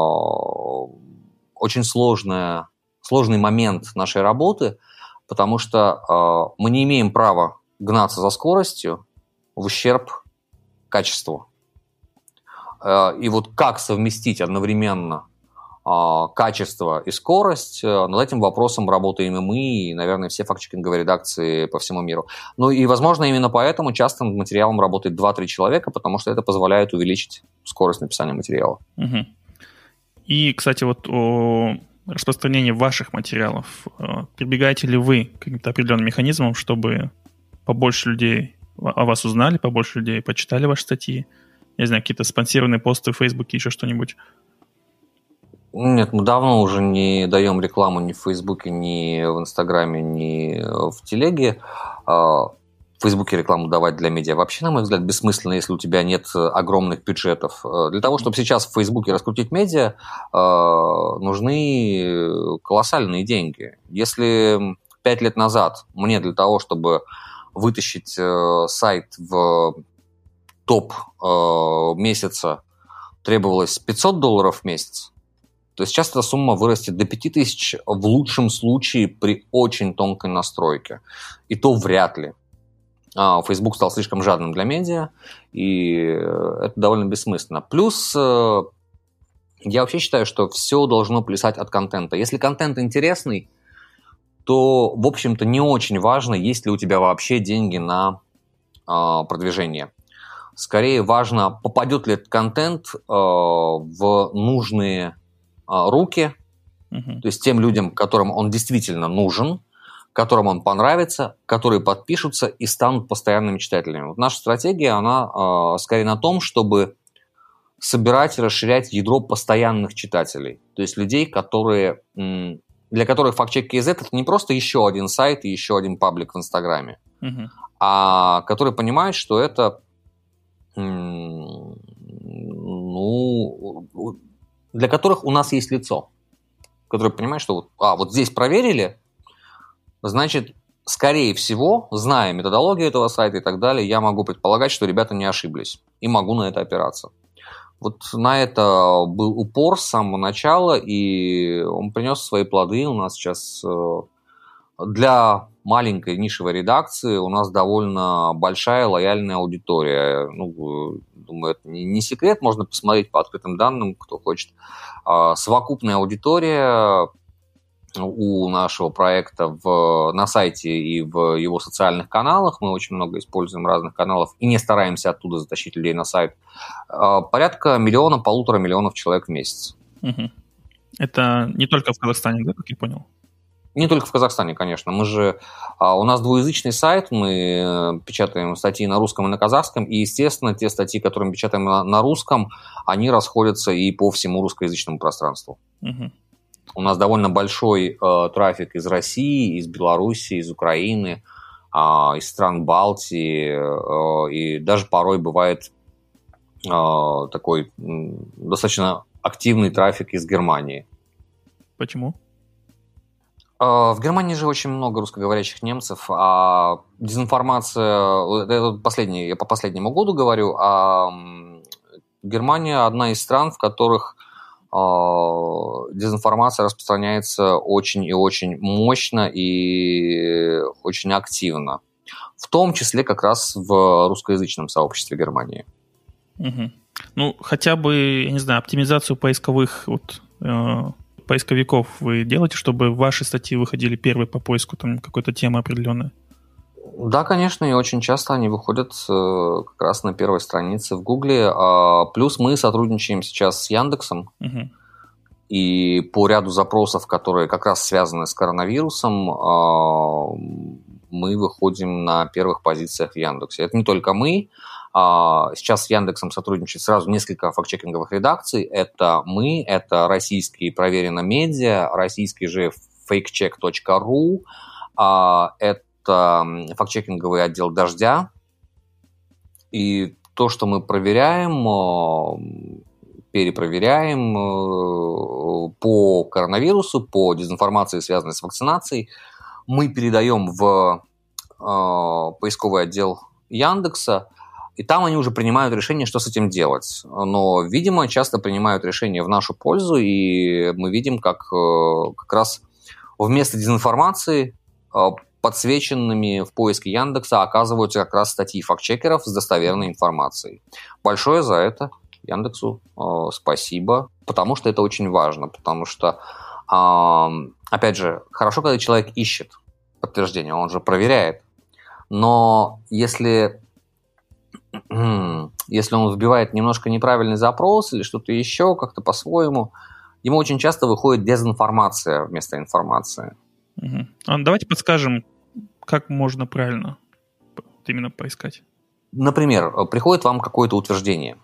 очень сложная, сложный момент нашей работы, потому что мы не имеем права гнаться за скоростью в ущерб качеству. И вот как совместить одновременно качество и скорость, над этим вопросом работаем и мы, и, наверное, все фактчекинговые редакции по всему миру. Ну и, возможно, именно поэтому часто над материалом работает два-три человека, потому что это позволяет увеличить скорость написания материала. Угу. И, кстати, вот о распространении ваших материалов. Прибегаете ли вы к каким-то определенным механизмам, чтобы побольше людей о вас узнали, побольше людей почитали ваши статьи? Я не знаю, какие-то спонсированные посты в Фейсбуке, еще что-нибудь? Нет, мы давно уже не даем рекламу ни в Фейсбуке, ни в Инстаграме, ни в Телеге. В Фейсбуке рекламу давать для медиа вообще, на мой взгляд, бессмысленно, если у тебя нет огромных бюджетов. Для того, чтобы сейчас в Фейсбуке раскрутить медиа, нужны колоссальные деньги. Если пять лет назад мне для того, чтобы вытащить сайт в топ месяца, требовалось пятьсот долларов в месяц, то сейчас эта сумма вырастет до пять тысяч в лучшем случае при очень тонкой настройке. И то вряд ли. Facebook стал слишком жадным для медиа, и это довольно бессмысленно. Плюс я вообще считаю, что все должно плясать от контента. Если контент интересный, то, в общем-то, не очень важно, есть ли у тебя вообще деньги на продвижение. Скорее важно, попадет ли этот контент в нужные руки, uh-huh. то есть тем людям, которым он действительно нужен, которым он понравится, которые подпишутся и станут постоянными читателями. Вот наша стратегия, она э, скорее на том, чтобы собирать и расширять ядро постоянных читателей. То есть людей, которые, м, для которых FactCheck.kz это не просто еще один сайт и еще один паблик в Инстаграме, uh-huh. а которые понимают, что это м, ну... для которых у нас есть лицо, которые понимают, что вот, а, вот здесь проверили, значит, скорее всего, зная методологию этого сайта и так далее, я могу предполагать, что ребята не ошиблись, и могу на это опираться. Вот на это был упор с самого начала, и он принес свои плоды. У нас сейчас для маленькой нишевой редакции у нас довольно большая лояльная аудитория. Ну, думаю, это не секрет, можно посмотреть по открытым данным, кто хочет. Совокупная аудитория у нашего проекта в, на сайте и в его социальных каналах, мы очень много используем разных каналов и не стараемся оттуда затащить людей на сайт, порядка миллиона, полутора миллионов человек в месяц. Угу. Это не только в Казахстане, да, как я понял? Не только в Казахстане, конечно. Мы же, у нас двуязычный сайт, мы печатаем статьи на русском и на казахском, и, естественно, те статьи, которые мы печатаем на, на русском, они расходятся и по всему русскоязычному пространству. Угу. У нас довольно большой э, трафик из России, из Беларуси, из Украины, э, из стран Балтии, э, и даже порой бывает э, такой э, достаточно активный трафик из Германии. Почему? В Германии же очень много русскоговорящих немцев, а дезинформация, это последний, я по последнему году говорю, а Германия одна из стран, в которых э, дезинформация распространяется очень и очень мощно и очень активно. В том числе как раз в русскоязычном сообществе Германии. Угу. Ну, хотя бы, я не знаю, оптимизацию поисковых вот, э, поисковиков вы делаете, чтобы ваши статьи выходили первые по поиску там какой-то темы определенной? Да, конечно, и очень часто они выходят э, как раз на первой странице в Гугле. А, плюс мы сотрудничаем сейчас с Яндексом. Угу. И по ряду запросов, которые как раз связаны с коронавирусом, э, мы выходим на первых позициях в Яндексе. Это не только мы. А, сейчас с Яндексом сотрудничает сразу несколько фактчекинговых редакций. Это мы, это российский Проверено Медиа, российский же фейкчек точка ру, а, это фактчекинговый отдел «Дождя». И то, что мы проверяем, перепроверяем по коронавирусу, по дезинформации, связанной с вакцинацией, мы передаем в поисковый отдел Яндекса, и там они уже принимают решение, что с этим делать. Но, видимо, часто принимают решения в нашу пользу, и мы видим, как как раз вместо дезинформации подсвеченными в поиске Яндекса оказываются как раз статьи фактчекеров с достоверной информацией. Большое за это Яндексу э, спасибо, потому что это очень важно, потому что, э, опять же, хорошо, когда человек ищет подтверждение, он же проверяет, но если, если он вбивает немножко неправильный запрос или что-то еще, как-то по-своему, ему очень часто выходит дезинформация вместо информации. Угу. Давайте подскажем, как можно правильно именно поискать. Например, приходит вам какое-то утверждение.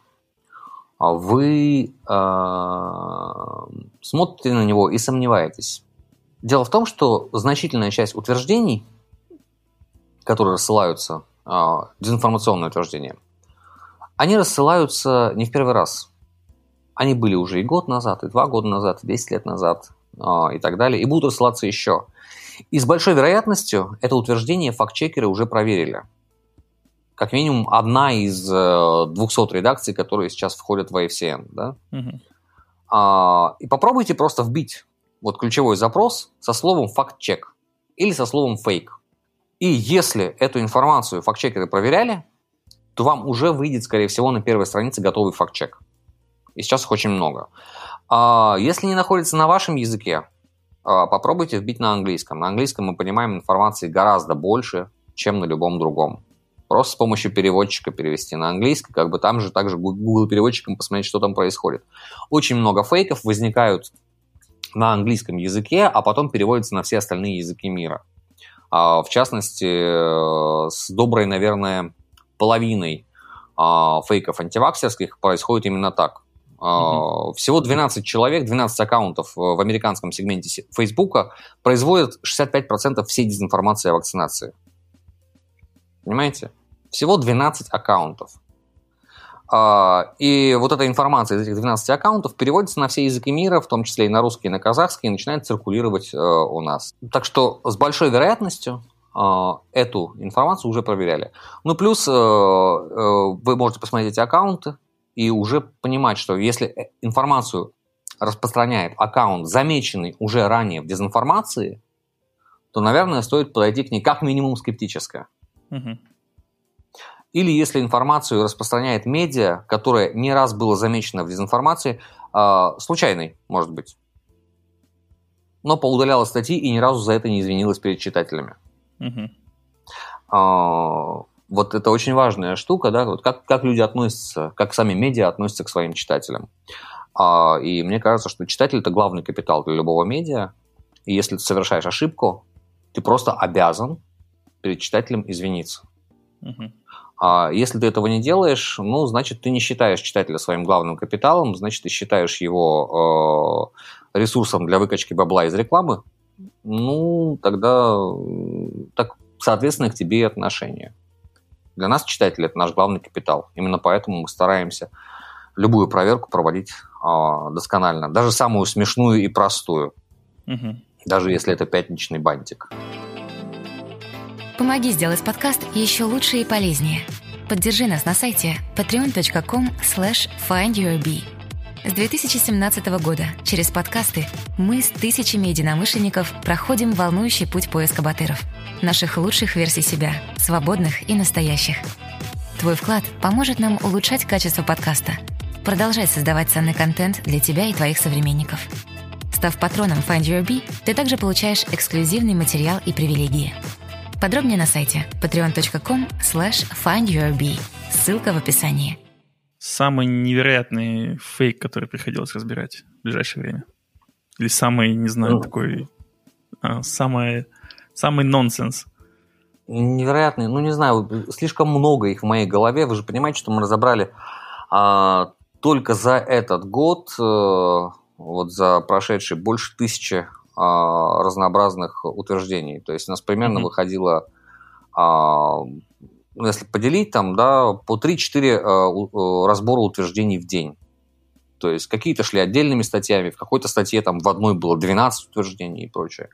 Вы э, смотрите на него и сомневаетесь. Дело в том, что значительная часть утверждений, которые рассылаются, э, дезинформационные утверждения, они рассылаются не в первый раз. Они были уже и год назад, и два года назад, и десять лет назад, э, и так далее, и будут рассылаться еще. И с большой вероятностью это утверждение фактчекеры уже проверили. Как минимум одна из двухсот редакций, которые сейчас входят в эй эф си эн. Да? Угу. А, и попробуйте просто вбить вот ключевой запрос со словом «фактчек» или со словом «фейк». И если эту информацию фактчекеры проверяли, то вам уже выйдет, скорее всего, на первой странице готовый фактчек. И сейчас их очень много. А, если не находится на вашем языке, попробуйте вбить на английском. На английском мы понимаем информации гораздо больше, чем на любом другом. Просто с помощью переводчика перевести на английский, как бы там же также Google переводчиком посмотреть, что там происходит. Очень много фейков возникают на английском языке, а потом переводятся на все остальные языки мира. В частности, с доброй, наверное, половиной фейков антиваксерских происходит именно так. Mm-hmm. Всего двенадцать человек, двенадцать аккаунтов в американском сегменте Фейсбука производят шестьдесят пять процентов всей дезинформации о вакцинации. Понимаете? Всего двенадцать аккаунтов. И вот эта информация из этих двенадцати аккаунтов переводится на все языки мира, в том числе и на русский, и на казахский, и начинает циркулировать у нас. Так что с большой вероятностью эту информацию уже проверяли. Ну, плюс вы можете посмотреть эти аккаунты и уже понимать, что если информацию распространяет аккаунт, замеченный уже ранее в дезинформации, то, наверное, стоит подойти к ней как минимум скептически. Угу. Или если информацию распространяет медиа, которое не раз было замечено в дезинформации, э, случайной, может быть, но поудаляла статьи и ни разу за это не извинилась перед читателями. Угу. Э, вот это очень важная штука, да, вот как, как люди относятся, как сами медиа относятся к своим читателям. Э, и мне кажется, что читатель – это главный капитал для любого медиа, и если ты совершаешь ошибку, ты просто обязан перед читателем извиниться. Угу. А если ты этого не делаешь, ну, значит, ты не считаешь читателя своим главным капиталом, значит, ты считаешь его э, ресурсом для выкачки бабла из рекламы, ну, тогда так, соответственно, к тебе и отношение. Для нас читатель – это наш главный капитал. Именно поэтому мы стараемся любую проверку проводить э, досконально, даже самую смешную и простую, угу. даже если это пятничный бантик. Помоги сделать подкаст еще лучше и полезнее. Поддержи нас на сайте patreon.com slash findyourb. С две тысячи семнадцатого года через подкасты мы с тысячами единомышленников проходим волнующий путь поиска батыров, наших лучших версий себя, свободных и настоящих. Твой вклад поможет нам улучшать качество подкаста, продолжать создавать ценный контент для тебя и твоих современников. Став патроном Find Your Bee, ты также получаешь эксклюзивный материал и привилегии. Подробнее на сайте patreon.com slash findyourb. Ссылка в описании. Самый невероятный фейк, который приходилось разбирать в ближайшее время? Или самый, не знаю, такой... А, самый, самый нонсенс? Невероятный, ну не знаю, слишком много их в моей голове. Вы же понимаете, что мы разобрали а, только за этот год, а, вот за прошедший, больше тысячи а, разнообразных утверждений. То есть у нас примерно mm-hmm. выходило... А, ну, если поделить, там, да, по три-четыре э, разбора утверждений в день. То есть какие-то шли отдельными статьями, в какой-то статье там в одной было двенадцать утверждений и прочее.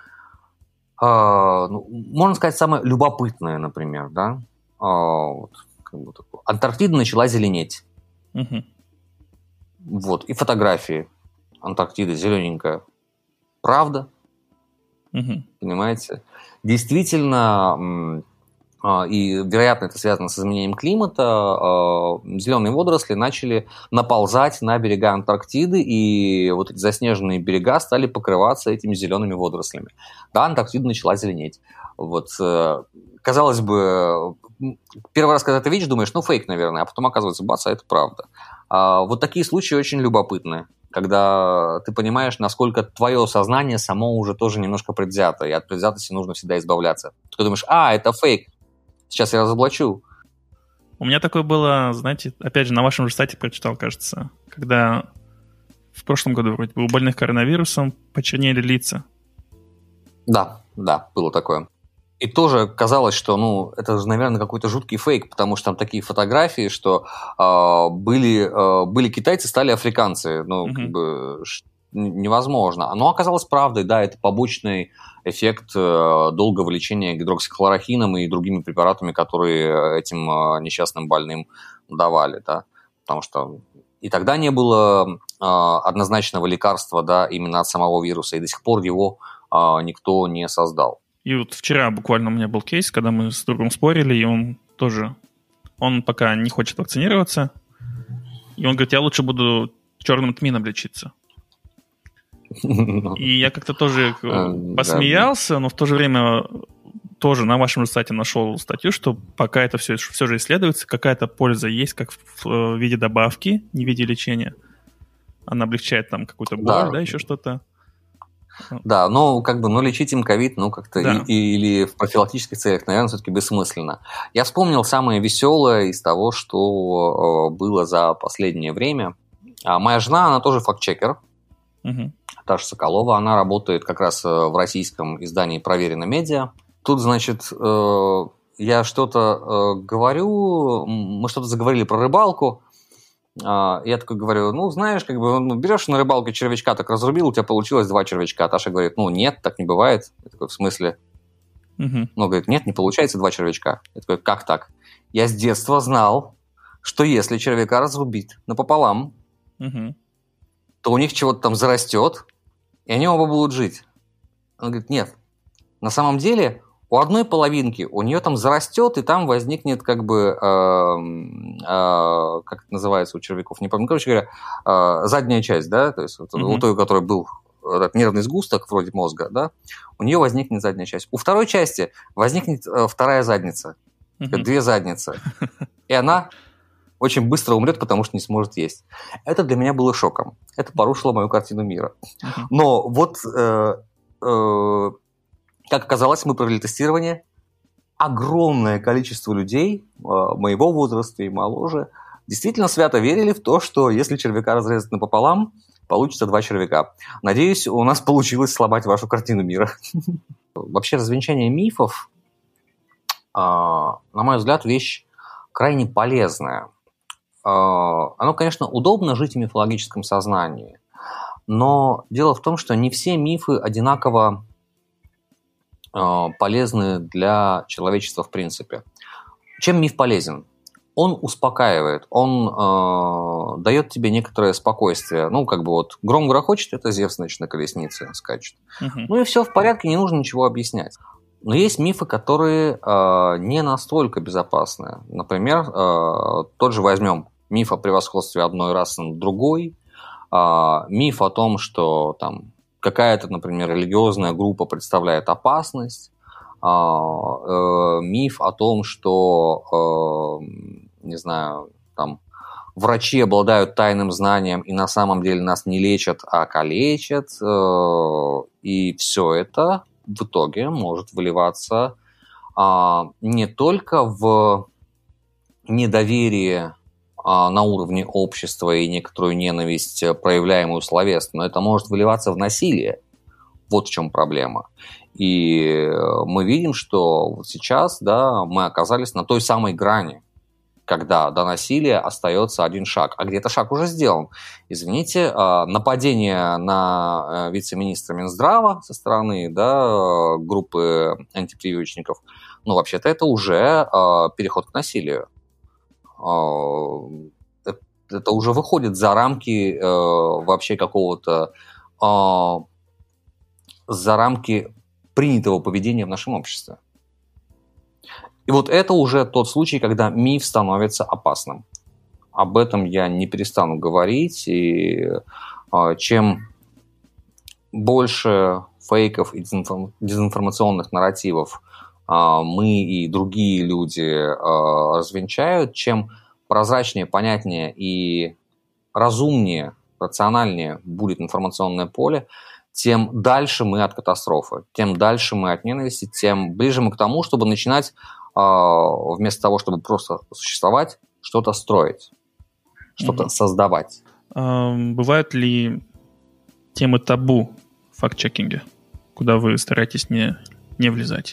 А, ну, можно сказать, самое любопытное, например, да. А, вот, как бы такое. Антарктида начала зеленеть. Угу. Вот, и фотографии. Антарктида зелененькая. Правда? Угу. Понимаете? Действительно... И, вероятно, это связано с изменением климата, зеленые водоросли начали наползать на берега Антарктиды, и вот эти заснеженные берега стали покрываться этими зелеными водорослями. Да, Антарктида начала зеленеть. Вот, казалось бы, первый раз, когда ты видишь, думаешь, ну, фейк, наверное, а потом оказывается, бац, а это правда. Вот такие случаи очень любопытны, когда ты понимаешь, насколько твое сознание само уже тоже немножко предвзято, и от предвзятости нужно всегда избавляться. Ты думаешь, а, это фейк. Сейчас я разоблачу. У меня такое было, знаете, опять же, на вашем же сайте прочитал, кажется, когда в прошлом году вроде бы у больных коронавирусом почернели лица. Да, да, было такое. И тоже казалось, что, ну, это же, наверное, какой-то жуткий фейк, потому что там такие фотографии, что э, были, э, были китайцы, стали африканцы. Ну, mm-hmm. как бы невозможно. Но оказалось правдой, да, это побочный эффект э, долгого лечения гидроксихлорохином и другими препаратами, которые этим э, несчастным больным давали, да, потому что и тогда не было э, однозначного лекарства, да, именно от самого вируса, и до сих пор его э, никто не создал. И вот вчера буквально у меня был кейс, когда мы с другом спорили, и он тоже, он пока не хочет вакцинироваться, и он говорит, я лучше буду черным тмином лечиться. И я как-то тоже посмеялся, но в то же время тоже на вашем же сайте нашел статью, что пока это все, все же исследуется, какая-то польза есть, как в виде добавки, не в виде лечения. Она облегчает там какую-то боль, да, да еще что-то. Да, ну, как бы, ну, лечить им ковид, ну, как-то, да. и, или в профилактических целях, наверное, все-таки бессмысленно. Я вспомнил самое веселое из того, что э, было за последнее время. А моя жена, она тоже факт-чекер. Угу. Таша Соколова, она работает как раз в российском издании «Проверено медиа». Тут, значит, э, я что-то э, говорю, мы что-то заговорили про рыбалку. Э, я такой говорю, ну, знаешь, как бы, ну, берешь на рыбалке червячка, так разрубил, у тебя получилось два червячка. А Таша говорит, ну, нет, так не бывает. Я такой, в смысле? Угу. Ну, говорит, нет, не получается два червячка. Я такой, как так? Я с детства знал, что если червяка разрубить напополам, угу. то у них чего-то там зарастет, и они оба будут жить. Он говорит, нет, на самом деле у одной половинки у нее там зарастет, и там возникнет как бы, э, э, как это называется у червяков, не помню, короче говоря, э, задняя часть, да, то есть вот, mm-hmm. у той, у которой был этот нервный сгусток вроде мозга, да, у нее возникнет задняя часть. У второй части возникнет э, вторая задница, mm-hmm. две задницы, и она очень быстро умрет, потому что не сможет есть. Это для меня было шоком. Это порушило мою картину мира. Uh-huh. Но вот, э, э, как оказалось, мы провели тестирование. Огромное количество людей э, моего возраста и моложе действительно свято верили в то, что если червяка разрезать напополам, получится два червяка. Надеюсь, у нас получилось сломать вашу картину мира. Вообще, развенчание мифов, э, на мой взгляд, вещь крайне полезная. Оно, конечно, удобно жить в мифологическом сознании, но дело в том, что не все мифы одинаково полезны для человечества в принципе. Чем миф полезен? он успокаивает, он э, дает тебе некоторое спокойствие. Ну, как бы вот гром грохочет, это Зевс, значит, на колеснице скачет. Uh-huh. Ну и все в порядке, не нужно ничего объяснять. Но есть мифы, которые э, не настолько безопасны. Например, э, тот же возьмем миф о превосходстве одной расы над другой, э, миф о том, что там какая-то, например, религиозная группа представляет опасность, э, э, миф о том, что, э, не знаю, там врачи обладают тайным знанием и на самом деле нас не лечат, а калечат, э, и все это в итоге может выливаться а, не только в недоверие а, на уровне общества и некоторую ненависть, проявляемую словесно, но это может выливаться в насилие. Вот в чем проблема. И мы видим, что вот сейчас, да, мы оказались на той самой грани, когда до насилия остается один шаг, а где-то шаг уже сделан. Извините, нападение на вице-министра Минздрава со стороны, да, группы антипрививочников, ну, вообще-то это уже переход к насилию. Это уже выходит за рамки вообще какого-то, за рамки принятого поведения в нашем обществе. И вот это уже тот случай, когда миф становится опасным. Об этом я не перестану говорить. И э, чем больше фейков и дезинформ... дезинформационных нарративов э, мы и другие люди э, развенчают, чем прозрачнее, понятнее и разумнее, рациональнее будет информационное поле, тем дальше мы от катастрофы, тем дальше мы от ненависти, тем ближе мы к тому, чтобы начинать вместо того, чтобы просто существовать, что-то строить, что-то mm-hmm. создавать. А, бывают ли темы табу в факт-чекинге, куда вы стараетесь не, не влезать?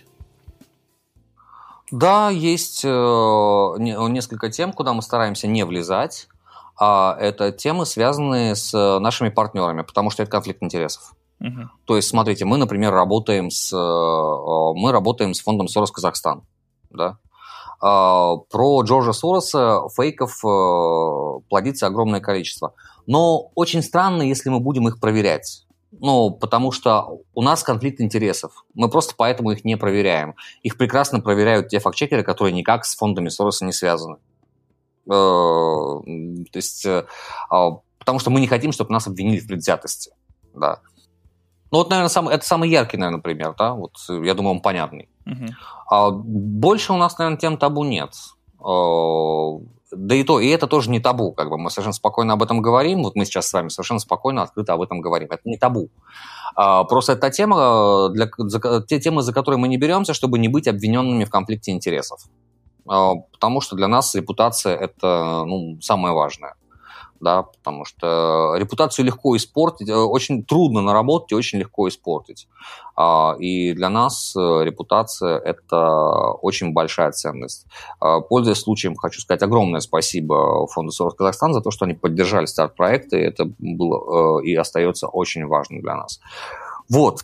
Да, есть э, несколько тем, куда мы стараемся не влезать. А это темы, связанные с нашими партнерами, потому что это конфликт интересов. Uh-huh. То есть, смотрите, мы, например, работаем с, мы работаем с фондом Сорос Казахстан. Да? Про Джорджа Сороса фейков плодится огромное количество. Но очень странно, если мы будем их проверять. Ну, потому что у нас конфликт интересов. Мы просто поэтому их не проверяем. Их прекрасно проверяют те фактчекеры, которые никак с фондами Сороса не связаны. То есть, потому что мы не хотим, чтобы нас обвинили в предвзятости. Да. Ну, вот, наверное, сам, это самый яркий, наверное, пример, да? Вот, я думаю, он понятный. Uh-huh. А больше у нас, наверное, тем табу нет. Да и то, и это тоже не табу, как бы мы совершенно спокойно об этом говорим. Вот мы сейчас с вами совершенно спокойно, открыто об этом говорим. Это не табу. А, просто это та тема, для, за, те темы, за которые мы не беремся, чтобы не быть обвиненными в конфликте интересов. А, потому что для нас репутация – это, ну, самое важное. Да, потому что репутацию легко испортить, очень трудно наработать и очень легко испортить. И для нас репутация – это очень большая ценность. Пользуясь случаем, хочу сказать огромное спасибо фонду Сорос Казахстан за то, что они поддержали старт проекта, и это было и остается очень важным для нас. Вот.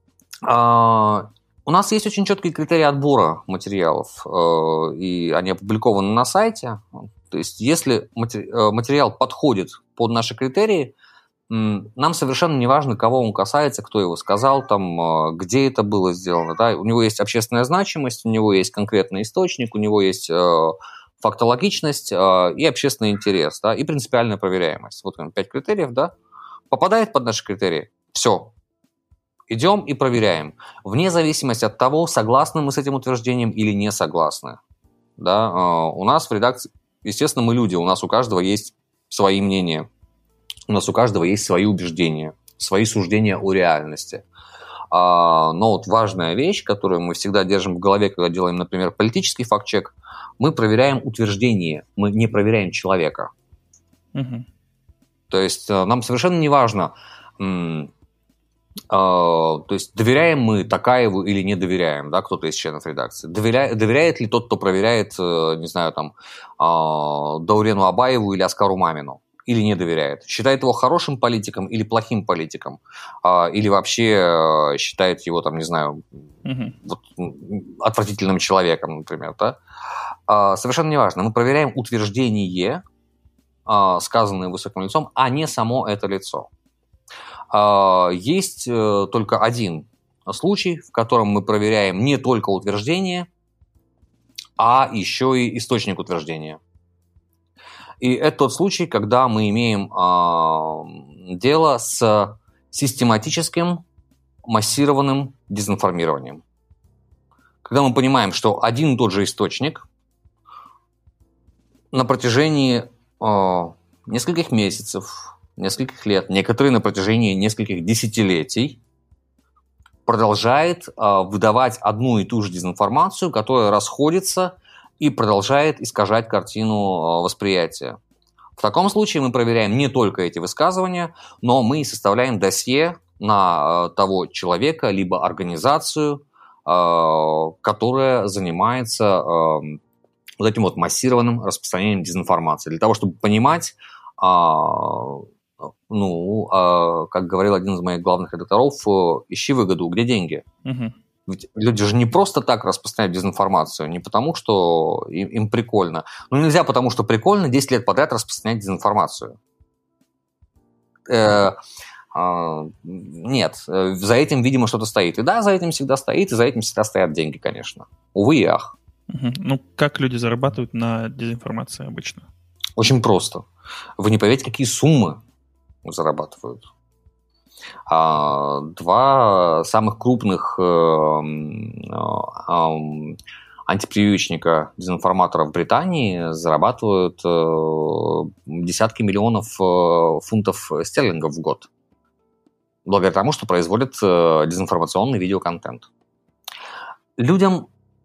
У нас есть очень четкие критерии отбора материалов, и они опубликованы на сайте. То есть, если материал подходит под наши критерии, нам совершенно не важно, кого он касается, кто его сказал, там, где это было сделано. Да? У него есть общественная значимость, у него есть конкретный источник, у него есть фактологичность и общественный интерес, да, и принципиальная проверяемость. Вот пять критериев, да, попадает под наши критерии, все. Идем и проверяем. Вне зависимости от того, согласны мы с этим утверждением или не согласны. Да? У нас в редакции, естественно, мы люди, у нас у каждого есть свои мнения, у нас у каждого есть свои убеждения, свои суждения о реальности. Но вот важная вещь, которую мы всегда держим в голове, когда делаем, например, политический факт-чек, мы проверяем утверждение, мы не проверяем человека. Угу. То есть нам совершенно не важно, то есть доверяем мы Токаеву или не доверяем, да, кто-то из членов редакции. Доверя... Доверяет ли тот, кто проверяет, не знаю, там, Даурену Абаеву или Оскару Мамину? или не доверяет, считает его хорошим политиком или плохим политиком, или вообще считает его, там, не знаю, угу. вот, отвратительным человеком, например, да? Совершенно неважно. Мы проверяем утверждение, сказанное высоким лицом, а не само это лицо. Есть только один случай, в котором мы проверяем не только утверждение, а еще и источник утверждения. И это тот случай, когда мы имеем э, дело с систематическим массированным дезинформированием. Когда мы понимаем, что один и тот же источник на протяжении э, нескольких месяцев, нескольких лет, некоторые на протяжении нескольких десятилетий продолжает э, выдавать одну и ту же дезинформацию, которая расходится и продолжает искажать картину восприятия. В таком случае мы проверяем не только эти высказывания, но мы составляем досье на того человека, либо организацию, которая занимается вот этим вот массированным распространением дезинформации. Для того, чтобы понимать, ну, как говорил один из моих главных редакторов, ищи выгоду, где деньги? Угу. Ведь люди же не просто так распространяют дезинформацию, не потому, что им, им прикольно. Ну, нельзя потому, что прикольно десять лет подряд распространять дезинформацию. Э, э, нет, за этим, видимо, что-то стоит. И да, за этим всегда стоит, и за этим всегда стоят деньги, конечно. Увы и ах. Угу. Ну, как люди зарабатывают на дезинформации обычно? Очень просто. Вы не поверите, какие суммы зарабатывают. Два самых крупных антипрививочника, дезинформатора в Британии зарабатывают десятки миллионов фунтов стерлингов в год. Благодаря тому, что производят дезинформационный видеоконтент. Людям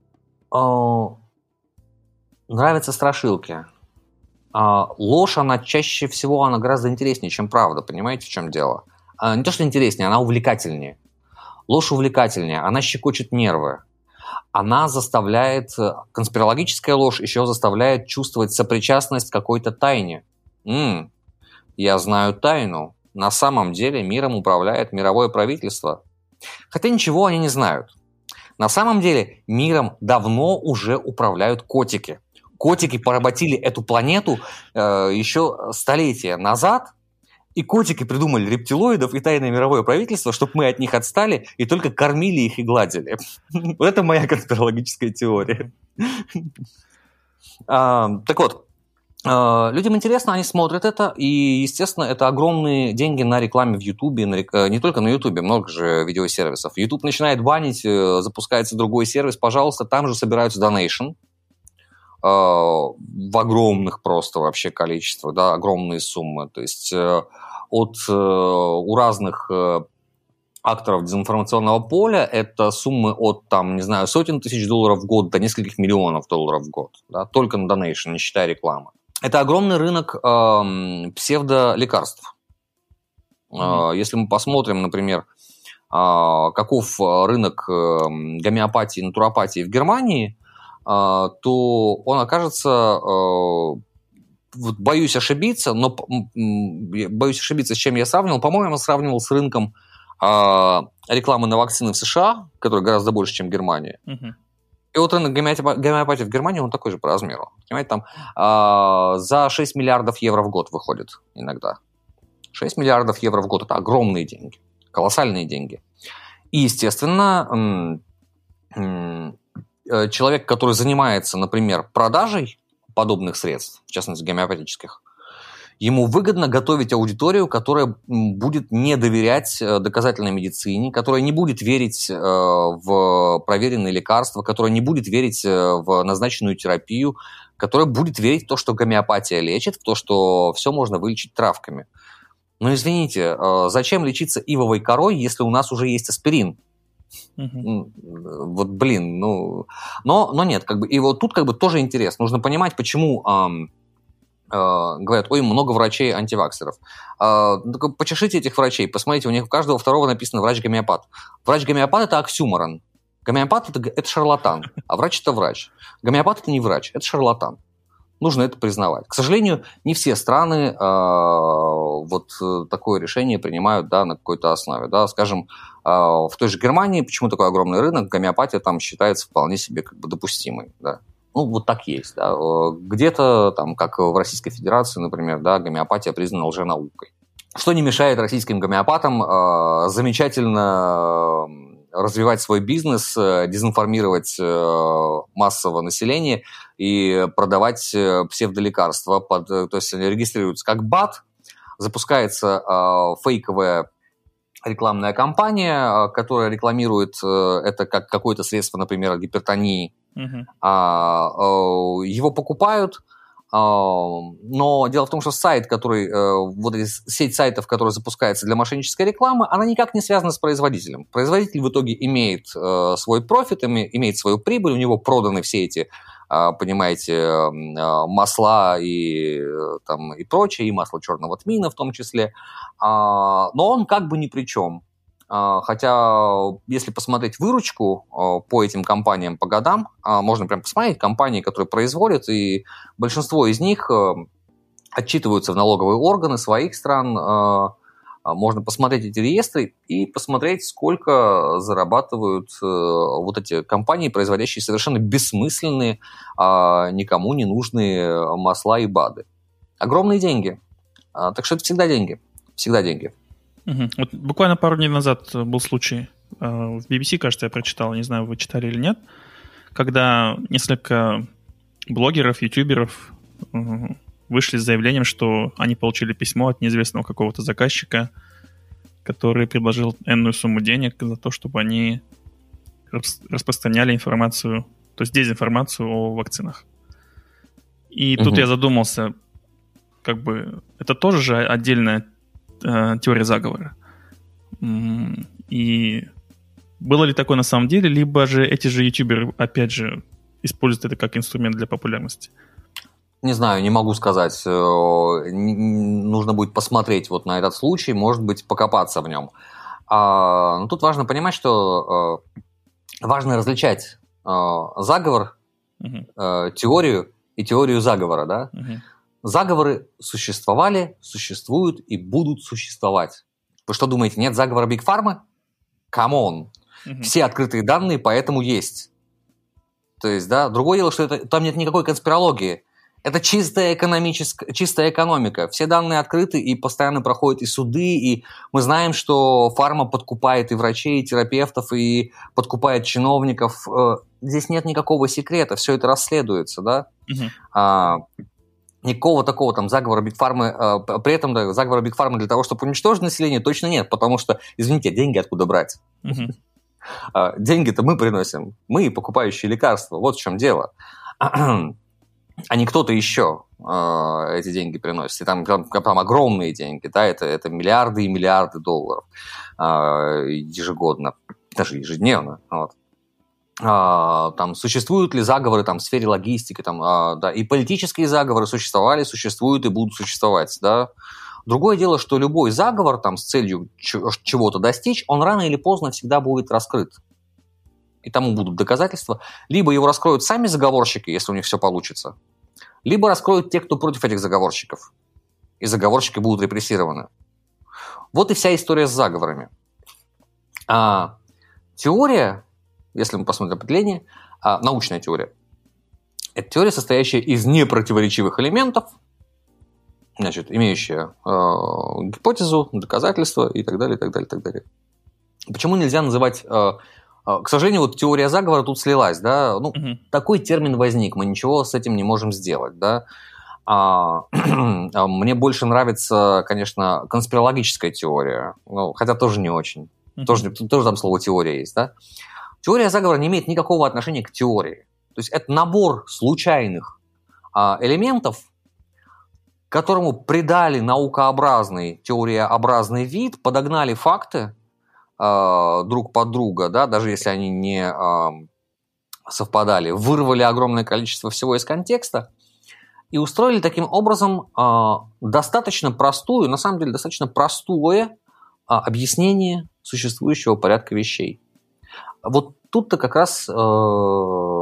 нравятся страшилки. Ложь, она чаще всего, она гораздо интереснее, чем правда. Понимаете, в чем дело? Не то, что интереснее, она увлекательнее. Ложь увлекательнее, она щекочет нервы. Она заставляет, конспирологическая ложь еще заставляет чувствовать сопричастность к какой-то тайне. М-м, я знаю тайну. На самом деле миром управляет мировое правительство. Хотя ничего они не знают. На самом деле миром давно уже управляют котики. Котики поработили эту планету э, еще столетия назад. И котики придумали рептилоидов и тайное мировое правительство, чтобы мы от них отстали и только кормили их и гладили. Это моя конспирологическая теория. Так вот, людям интересно, они смотрят это, и, естественно, это огромные деньги на рекламе в Ютубе, не только на Ютубе, много же видеосервисов. Ютуб начинает банить, запускается другой сервис, пожалуйста, там же собираются донейшн. В огромных просто вообще количествах, да, огромные суммы. То есть от, у разных акторов дезинформационного поля это суммы от, там, не знаю, сотен тысяч долларов в год до нескольких миллионов долларов в год. Да, только на донейшн, не считая рекламы. Это огромный рынок э, псевдолекарств. Mm-hmm. Э, если мы посмотрим, например, э, каков рынок э, гомеопатии и натуропатии в Германии, то он окажется, вот боюсь ошибиться, но боюсь ошибиться, с чем я сравнивал. По-моему, я сравнивал с рынком рекламы на вакцины в США, который гораздо больше, чем в Германии. Uh-huh. И вот рынок гомеопатии в Германии, он такой же по размеру. Понимаете, там за шесть миллиардов евро в год выходит иногда. шесть миллиардов евро в год – это огромные деньги, колоссальные деньги. И, естественно, человек, который занимается, например, продажей подобных средств, в частности гомеопатических, ему выгодно готовить аудиторию, которая будет не доверять доказательной медицине, которая не будет верить в проверенные лекарства, которая не будет верить в назначенную терапию, которая будет верить в то, что гомеопатия лечит, в то, что все можно вылечить травками. Но извините, зачем лечиться ивовой корой, если у нас уже есть аспирин? Uh-huh. Вот, блин, ну... Но, но нет, как бы, и вот тут как бы тоже интересно. Нужно понимать, почему эм, э, говорят, ой, много врачей-антиваксеров. Э, почешите этих врачей, посмотрите, у них у каждого второго написано врач-гомеопат. Врач-гомеопат – это оксюморон. Гомеопат – это, это шарлатан, а врач – это врач. Гомеопат – это не врач, это шарлатан. Нужно это признавать. К сожалению, не все страны э, вот такое решение принимают, да, на какой-то основе. Да. Скажем, э, в той же Германии, почему такой огромный рынок, гомеопатия там считается вполне себе как бы допустимой. Да. Ну, вот так есть. Да. Где-то, там, как в Российской Федерации, например, да, гомеопатия признана лженаукой. Что не мешает российским гомеопатам э, замечательно развивать свой бизнес, дезинформировать массово население и продавать псевдолекарства. Под, то есть они регистрируются как БАТ, запускается э, фейковая рекламная кампания, которая рекламирует э, это как какое-то средство, например, от гипертонии. Uh-huh. А, э, его покупают, э, но дело в том, что сайт, который, э, вот эта сеть сайтов, которая запускается для мошеннической рекламы, она никак не связана с производителем. Производитель в итоге имеет э, свой профит, имеет свою прибыль, у него проданы все эти, э, понимаете, э, масла и, э, там, и прочее, и масло черного тмина в том числе, э, но он как бы ни при чем. Хотя, если посмотреть выручку по этим компаниям по годам, можно прям посмотреть компании, которые производят, и большинство из них отчитываются в налоговые органы своих стран. Можно посмотреть эти реестры и посмотреть, сколько зарабатывают вот эти компании, производящие совершенно бессмысленные, никому не нужные масла и БАДы. Огромные деньги. Так что это всегда деньги. Всегда деньги. Угу. Вот буквально пару дней назад был случай, в би би си, кажется, я прочитал, не знаю, вы читали или нет, когда несколько блогеров, ютуберов вышли с заявлением, что они получили письмо от неизвестного какого-то заказчика, который предложил энную сумму денег за то, чтобы они распространяли информацию, то есть дезинформацию о вакцинах. И угу. тут я задумался, как бы, это тоже же отдельная теория заговора. И было ли такое на самом деле, либо же эти же ютуберы, опять же, используют это как инструмент для популярности? Не знаю, не могу сказать. Нужно будет посмотреть вот на этот случай, может быть, покопаться в нем. Но тут важно понимать, что важно различать заговор, угу. теорию и теорию заговора, да? Угу. Заговоры существовали, существуют и будут существовать. Вы что думаете, нет заговора Big Pharma? Камон! Mm-hmm. Все открытые данные поэтому есть. То есть, да, другое дело, что это, там нет никакой конспирологии. Это чистая, экономическая, чистая экономика. Все данные открыты и постоянно проходят и суды, и мы знаем, что фарма подкупает и врачей, и терапевтов, и подкупает чиновников. Здесь нет никакого секрета, все это расследуется, да? Mm-hmm. А, Никакого такого там заговора Big Pharma, э, при этом да, заговора Big Pharma для того, чтобы уничтожить население, точно нет, потому что, извините, деньги откуда брать? Uh-huh. Деньги-то мы приносим, мы, покупающие лекарства, вот в чем дело. А не кто-то еще э, эти деньги приносит. И там, там, там огромные деньги, да, это, это миллиарды и миллиарды долларов э, ежегодно, даже ежедневно, вот. А, там, существуют ли заговоры там, в сфере логистики, там, а, да, и политические заговоры существовали, существуют и будут существовать. Да. Другое дело, что любой заговор там, с целью чего-то достичь, он рано или поздно всегда будет раскрыт. И тому будут доказательства. Либо его раскроют сами заговорщики, если у них все получится, либо раскроют те, кто против этих заговорщиков. И заговорщики будут репрессированы. Вот и вся история с заговорами. А, теория... Если мы посмотрим определение, а, научная теория. Это теория, состоящая из непротиворечивых элементов, значит, имеющая э, гипотезу, доказательства и так далее, и так далее, и так далее. Почему нельзя называть... Э, э, к сожалению, вот теория заговора тут слилась, да, ну, угу. Такой термин возник, мы ничего с этим не можем сделать, да. А, мне больше нравится, конечно, конспирологическая теория, ну, хотя тоже не очень. Угу. Тоже, тоже там слово теория есть, да. Теория заговора не имеет никакого отношения к теории. То есть это набор случайных а, элементов, которому придали наукообразный, теориообразный вид, подогнали факты а, друг под друга, да, даже если они не а, совпадали, вырвали огромное количество всего из контекста и устроили таким образом а, достаточно простую, на самом деле достаточно простое а, объяснение существующего порядка вещей. Вот тут-то как раз э,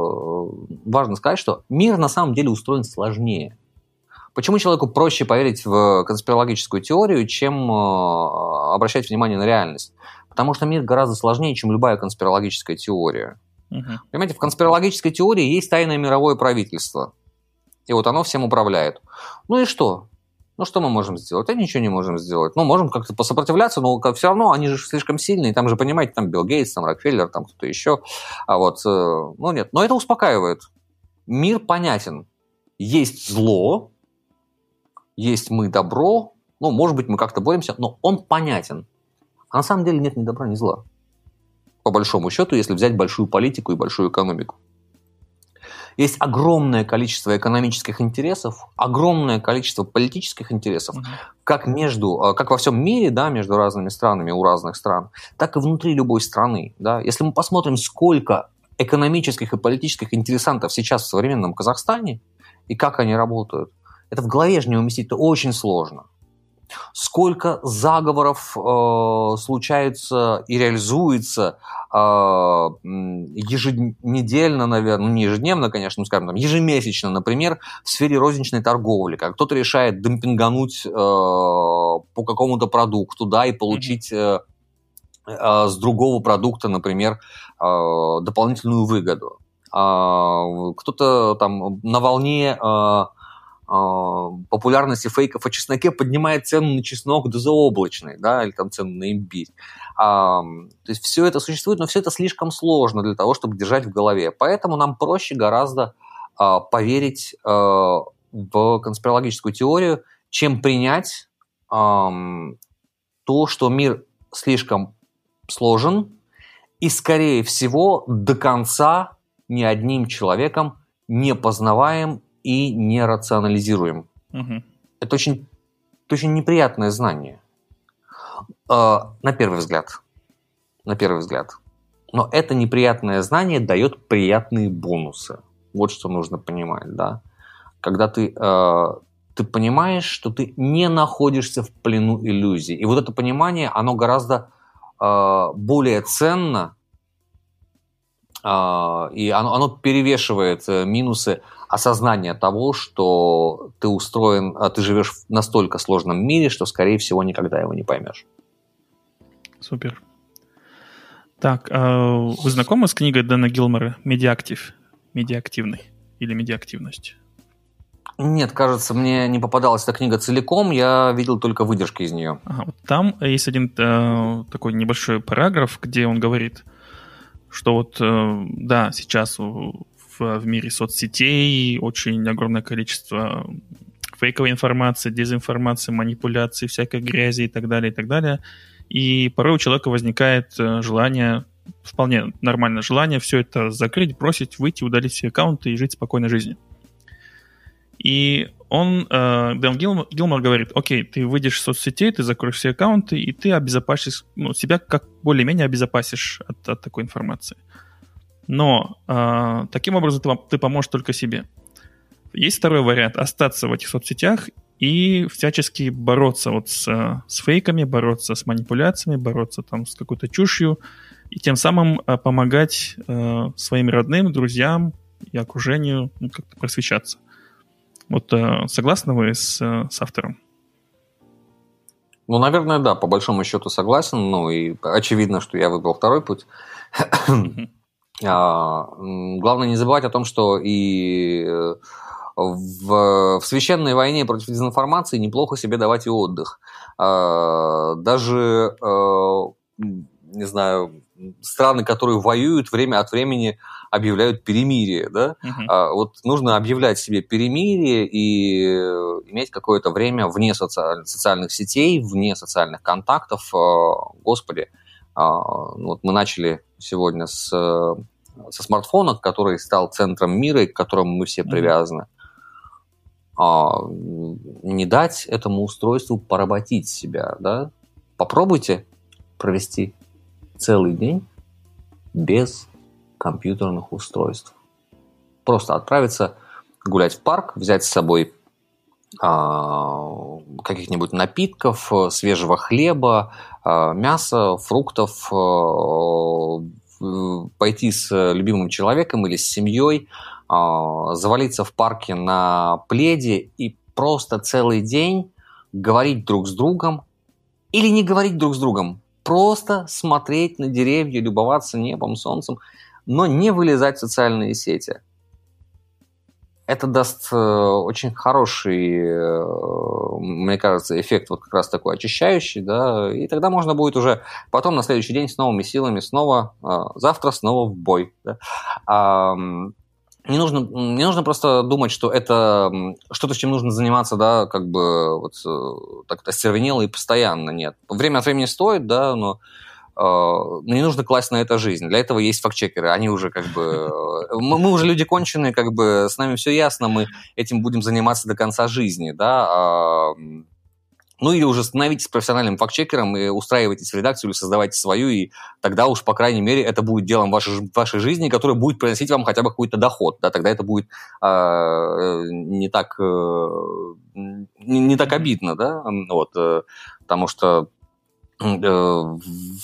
важно сказать, что мир на самом деле устроен сложнее. Почему человеку проще поверить в конспирологическую теорию, чем э, обращать внимание на реальность? Потому что мир гораздо сложнее, чем любая конспирологическая теория. Uh-huh. Понимаете, в конспирологической теории есть тайное мировое правительство. И вот оно всем управляет. Ну и что? Ну что мы можем сделать? А ничего не можем сделать. Ну, можем как-то посопротивляться, но все равно они же слишком сильные. Там же, понимаете, там Билл Гейтс, там Рокфеллер, там кто-то еще. А вот, э, ну нет. Но это успокаивает. Мир понятен. Есть зло, есть мы добро. Ну, может быть, мы как-то боремся, но он понятен. А на самом деле нет ни добра, ни зла. По большому счету, если взять большую политику и большую экономику. Есть огромное количество экономических интересов, огромное количество политических интересов, mm-hmm. как, между, как во всем мире, да, между разными странами, у разных стран, так и внутри любой страны. Да. Если мы посмотрим, сколько экономических и политических интересантов сейчас в современном Казахстане и как они работают, это в голове же не уместить, это очень сложно. Сколько заговоров э, случается и реализуется э, еженедельно, наверное, ну не ежедневно, конечно, ну, скажем, там, ежемесячно, например, в сфере розничной торговли, как кто-то решает демпингануть э, по какому-то продукту, да, и получить э, э, с другого продукта, например, э, дополнительную выгоду. Э, кто-то там на волне э, популярности фейков о чесноке поднимает цену на чеснок до заоблачной, да, или там цену на имбирь. А, то есть все это существует, но все это слишком сложно для того, чтобы держать в голове. Поэтому нам проще гораздо а, поверить а, в конспирологическую теорию, чем принять а, то, что мир слишком сложен и, скорее всего, до конца ни одним человеком не познаваем и не рационализируем. Угу. Это очень, это очень неприятное знание. Э, на первый взгляд. На первый взгляд. Но это неприятное знание дает приятные бонусы. Вот что нужно понимать, да. Когда ты, э, ты понимаешь, что ты не находишься в плену иллюзий. И вот это понимание, оно гораздо э, более ценно, э, и оно, оно перевешивает минусы осознание того, что ты устроен, ты живешь в настолько сложном мире, что, скорее всего, никогда его не поймешь. Супер. Так, вы знакомы с книгой Дэна Гилмора «Медиактив»? Медиактивный или медиактивность? Нет, кажется, мне не попадалась эта книга целиком, я видел только выдержки из нее. Ага, вот там есть один э, такой небольшой параграф, где он говорит, что вот, э, да, сейчас в мире соцсетей очень огромное количество фейковой информации, дезинформации, манипуляций, всякой грязи и так далее, и так далее. И порой у человека возникает желание, вполне нормальное желание все это закрыть, бросить, выйти, удалить все аккаунты и жить спокойной жизнью. И он, Дэн Гилмор, Гилмор говорит, окей, ты выйдешь из соцсетей, ты закроешь все аккаунты, и ты обезопасишь, ну, себя как более-менее обезопасишь от, от такой информации. Но э, таким образом ты, ты поможешь только себе. Есть второй вариант – остаться в этих соцсетях и всячески бороться вот с, с фейками, бороться с манипуляциями, бороться там с какой-то чушью и тем самым э, помогать э, своим родным, друзьям и окружению ну, как-то просвещаться. Вот э, согласны вы с, с автором? Ну, наверное, да, по большому счету согласен. Ну и очевидно, что я выбрал второй путь. Главное не забывать о том, что и в, в священной войне против дезинформации неплохо себе давать и отдых. Даже, не знаю, страны, которые воюют, время от времени объявляют перемирие. Да? Uh-huh. Вот нужно объявлять себе перемирие и иметь какое-то время вне соци... социальных сетей, вне социальных контактов. Господи, вот мы начали сегодня с, со смартфона, который стал центром мира и к которому мы все привязаны. Mm-hmm. Не дать этому устройству поработить себя. Да? Попробуйте провести целый день без компьютерных устройств. Просто отправиться гулять в парк, взять с собой каких-нибудь напитков, свежего хлеба, мяса, фруктов, пойти с любимым человеком или с семьей, завалиться в парке на пледе и просто целый день говорить друг с другом или не говорить друг с другом, просто смотреть на деревья, любоваться небом, солнцем, но не вылезать в социальные сети. Это даст э, очень хороший, э, мне кажется, эффект вот как раз такой очищающий, да, и тогда можно будет уже потом на следующий день с новыми силами снова, э, завтра снова в бой. Да. А, не нужно, не нужно просто думать, что это что-то, чем нужно заниматься, да, как бы вот так остервенело и постоянно, нет. Время от времени стоит, да, но не нужно класть на это жизнь. Для этого есть фактчекеры. Они уже как бы... Мы, мы уже люди конченые, как бы с нами все ясно, мы этим будем заниматься до конца жизни, да. Ну или уже становитесь профессиональным фактчекером и устраивайтесь в редакцию или создавайте свою, и тогда уж, по крайней мере, это будет делом вашей, вашей жизни, которое будет приносить вам хотя бы какой-то доход, да, тогда это будет э, не так э, не, не так обидно, да, вот, э, потому что э, в,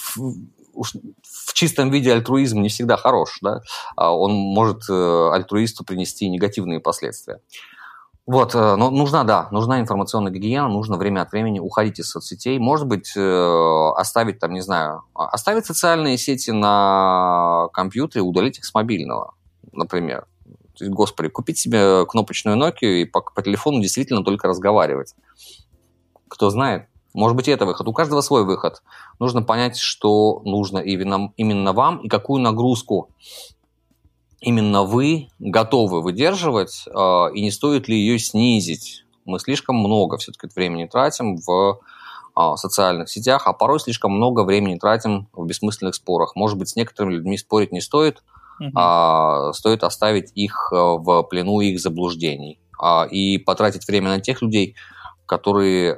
в чистом виде альтруизм не всегда хорош, да, он может э, альтруисту принести негативные последствия. Вот, но нужна, да, нужна информационная гигиена, нужно время от времени уходить из соцсетей, может быть, оставить там, не знаю, оставить социальные сети на компьютере, удалить их с мобильного, например. То есть, господи, купить себе кнопочную Nokia и по, по телефону действительно только разговаривать. Кто знает, может быть, это выход. У каждого свой выход. Нужно понять, что нужно именно, именно вам и какую нагрузку именно вы готовы выдерживать, э, и не стоит ли ее снизить. Мы слишком много все-таки времени тратим в э, социальных сетях, а порой слишком много времени тратим в бессмысленных спорах. Может быть, с некоторыми людьми спорить не стоит, mm-hmm. а стоит оставить их в плену их заблуждений а, и потратить время на тех людей, которые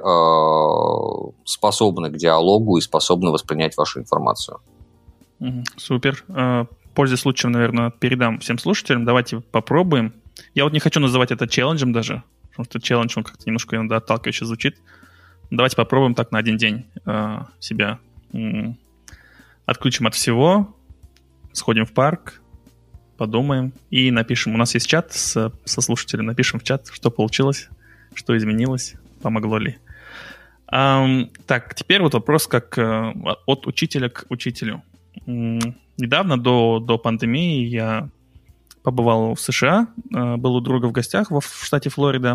э, способны к диалогу и способны воспринять вашу информацию. Mm-hmm. Супер. Uh... Пользуясь случаем, наверное, передам всем слушателям. Давайте попробуем. Я вот не хочу называть это челленджем даже, потому что челлендж, он как-то немножко иногда отталкивающе звучит. Давайте попробуем так на один день э, себя м- отключим от всего, сходим в парк, подумаем и напишем. У нас есть чат с, со слушателем. Напишем в чат, что получилось, что изменилось, помогло ли. Um, так, теперь вот вопрос как э, от учителя к учителю. М- Недавно, до, до пандемии, я побывал в США, был у друга в гостях в штате Флорида,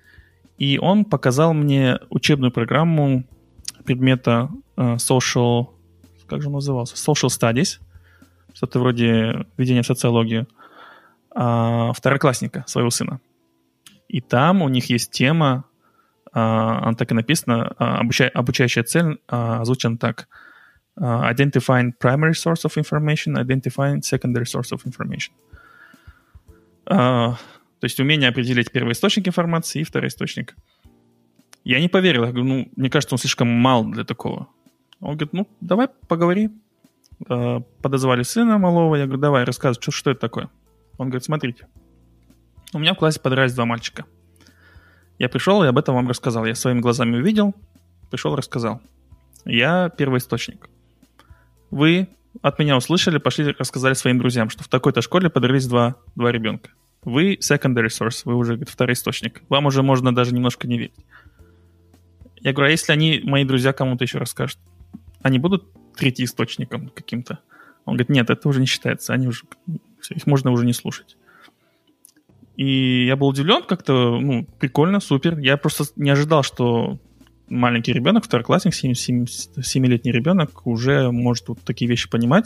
и он показал мне учебную программу предмета social, как же он назывался? Social Studies, что-то вроде введения в социологию, второклассника, своего сына. И там у них есть тема, она так и написана, обуча, обучающая цель озвучена так: Uh, identifying primary source of information, identifying secondary source of information. Uh, то есть умение определить первый источник информации и второй источник. Я не поверил. Я говорю, ну, мне кажется, он слишком мал для такого. Он говорит, ну, давай поговори. Uh, подозвали сына малого. Я говорю, давай, рассказывай, что, что это такое. Он говорит, смотрите. У меня в классе подрались два мальчика. Я пришел и об этом вам рассказал. Я своими глазами увидел, пришел и рассказал. Я первоисточник. Вы от меня услышали, пошли рассказали своим друзьям, что в такой-то школе подрались два, два ребенка. Вы secondary source, вы уже, говорит, второй источник. Вам уже можно даже немножко не верить. Я говорю, а если они, мои друзья, кому-то еще расскажут, они будут третьим источником каким-то? Он говорит, нет, это уже не считается, они уже, их можно уже не слушать. И я был удивлен как-то, ну, прикольно, супер. Я просто не ожидал, что маленький ребенок, второклассник, семилетний ребенок уже может вот такие вещи понимать.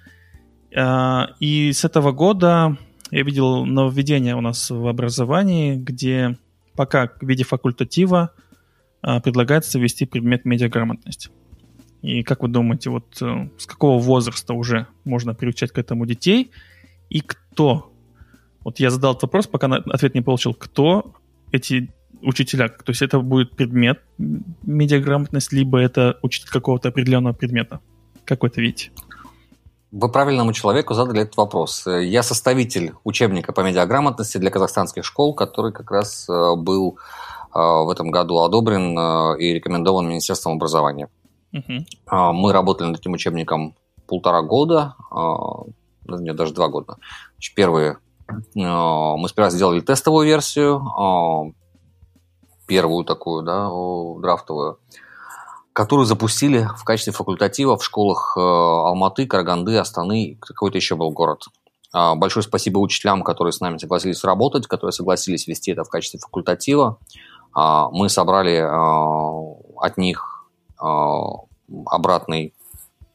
И с этого года я видел нововведение у нас в образовании, где пока в виде факультатива предлагается ввести предмет медиаграмотность. И как вы думаете, вот с какого возраста уже можно приучать к этому детей? И кто? Вот я задал этот вопрос, пока ответ не получил. Кто эти учителя? То есть это будет предмет медиаграмотность, либо это учитель какого-то определенного предмета? Как вы это видите? Вы правильному человеку задали этот вопрос. Я составитель учебника по медиаграмотности для казахстанских школ, который как раз был в этом году одобрен и рекомендован Министерством образования. Uh-huh. Мы работали над этим учебником полтора года, нет, даже два года. Первые мы сперва сделали тестовую версию, первую такую, да, драфтовую, которую запустили в качестве факультатива в школах Алматы, Караганды, Астаны, какой-то еще был город. Большое спасибо учителям, которые с нами согласились работать, которые согласились вести это в качестве факультатива. Мы собрали от них обратный,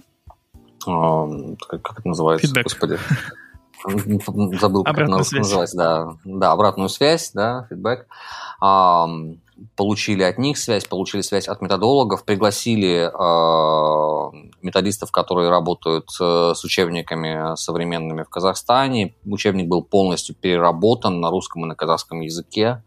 как это называется, фидбэк. Господи, забыл, как это называется, да, да, обратную связь, да, фидбэк. Получили от них связь, получили связь от методологов, пригласили э, методистов, которые работают э, с учебниками современными в Казахстане. Учебник был полностью переработан на русском и на казахском языке.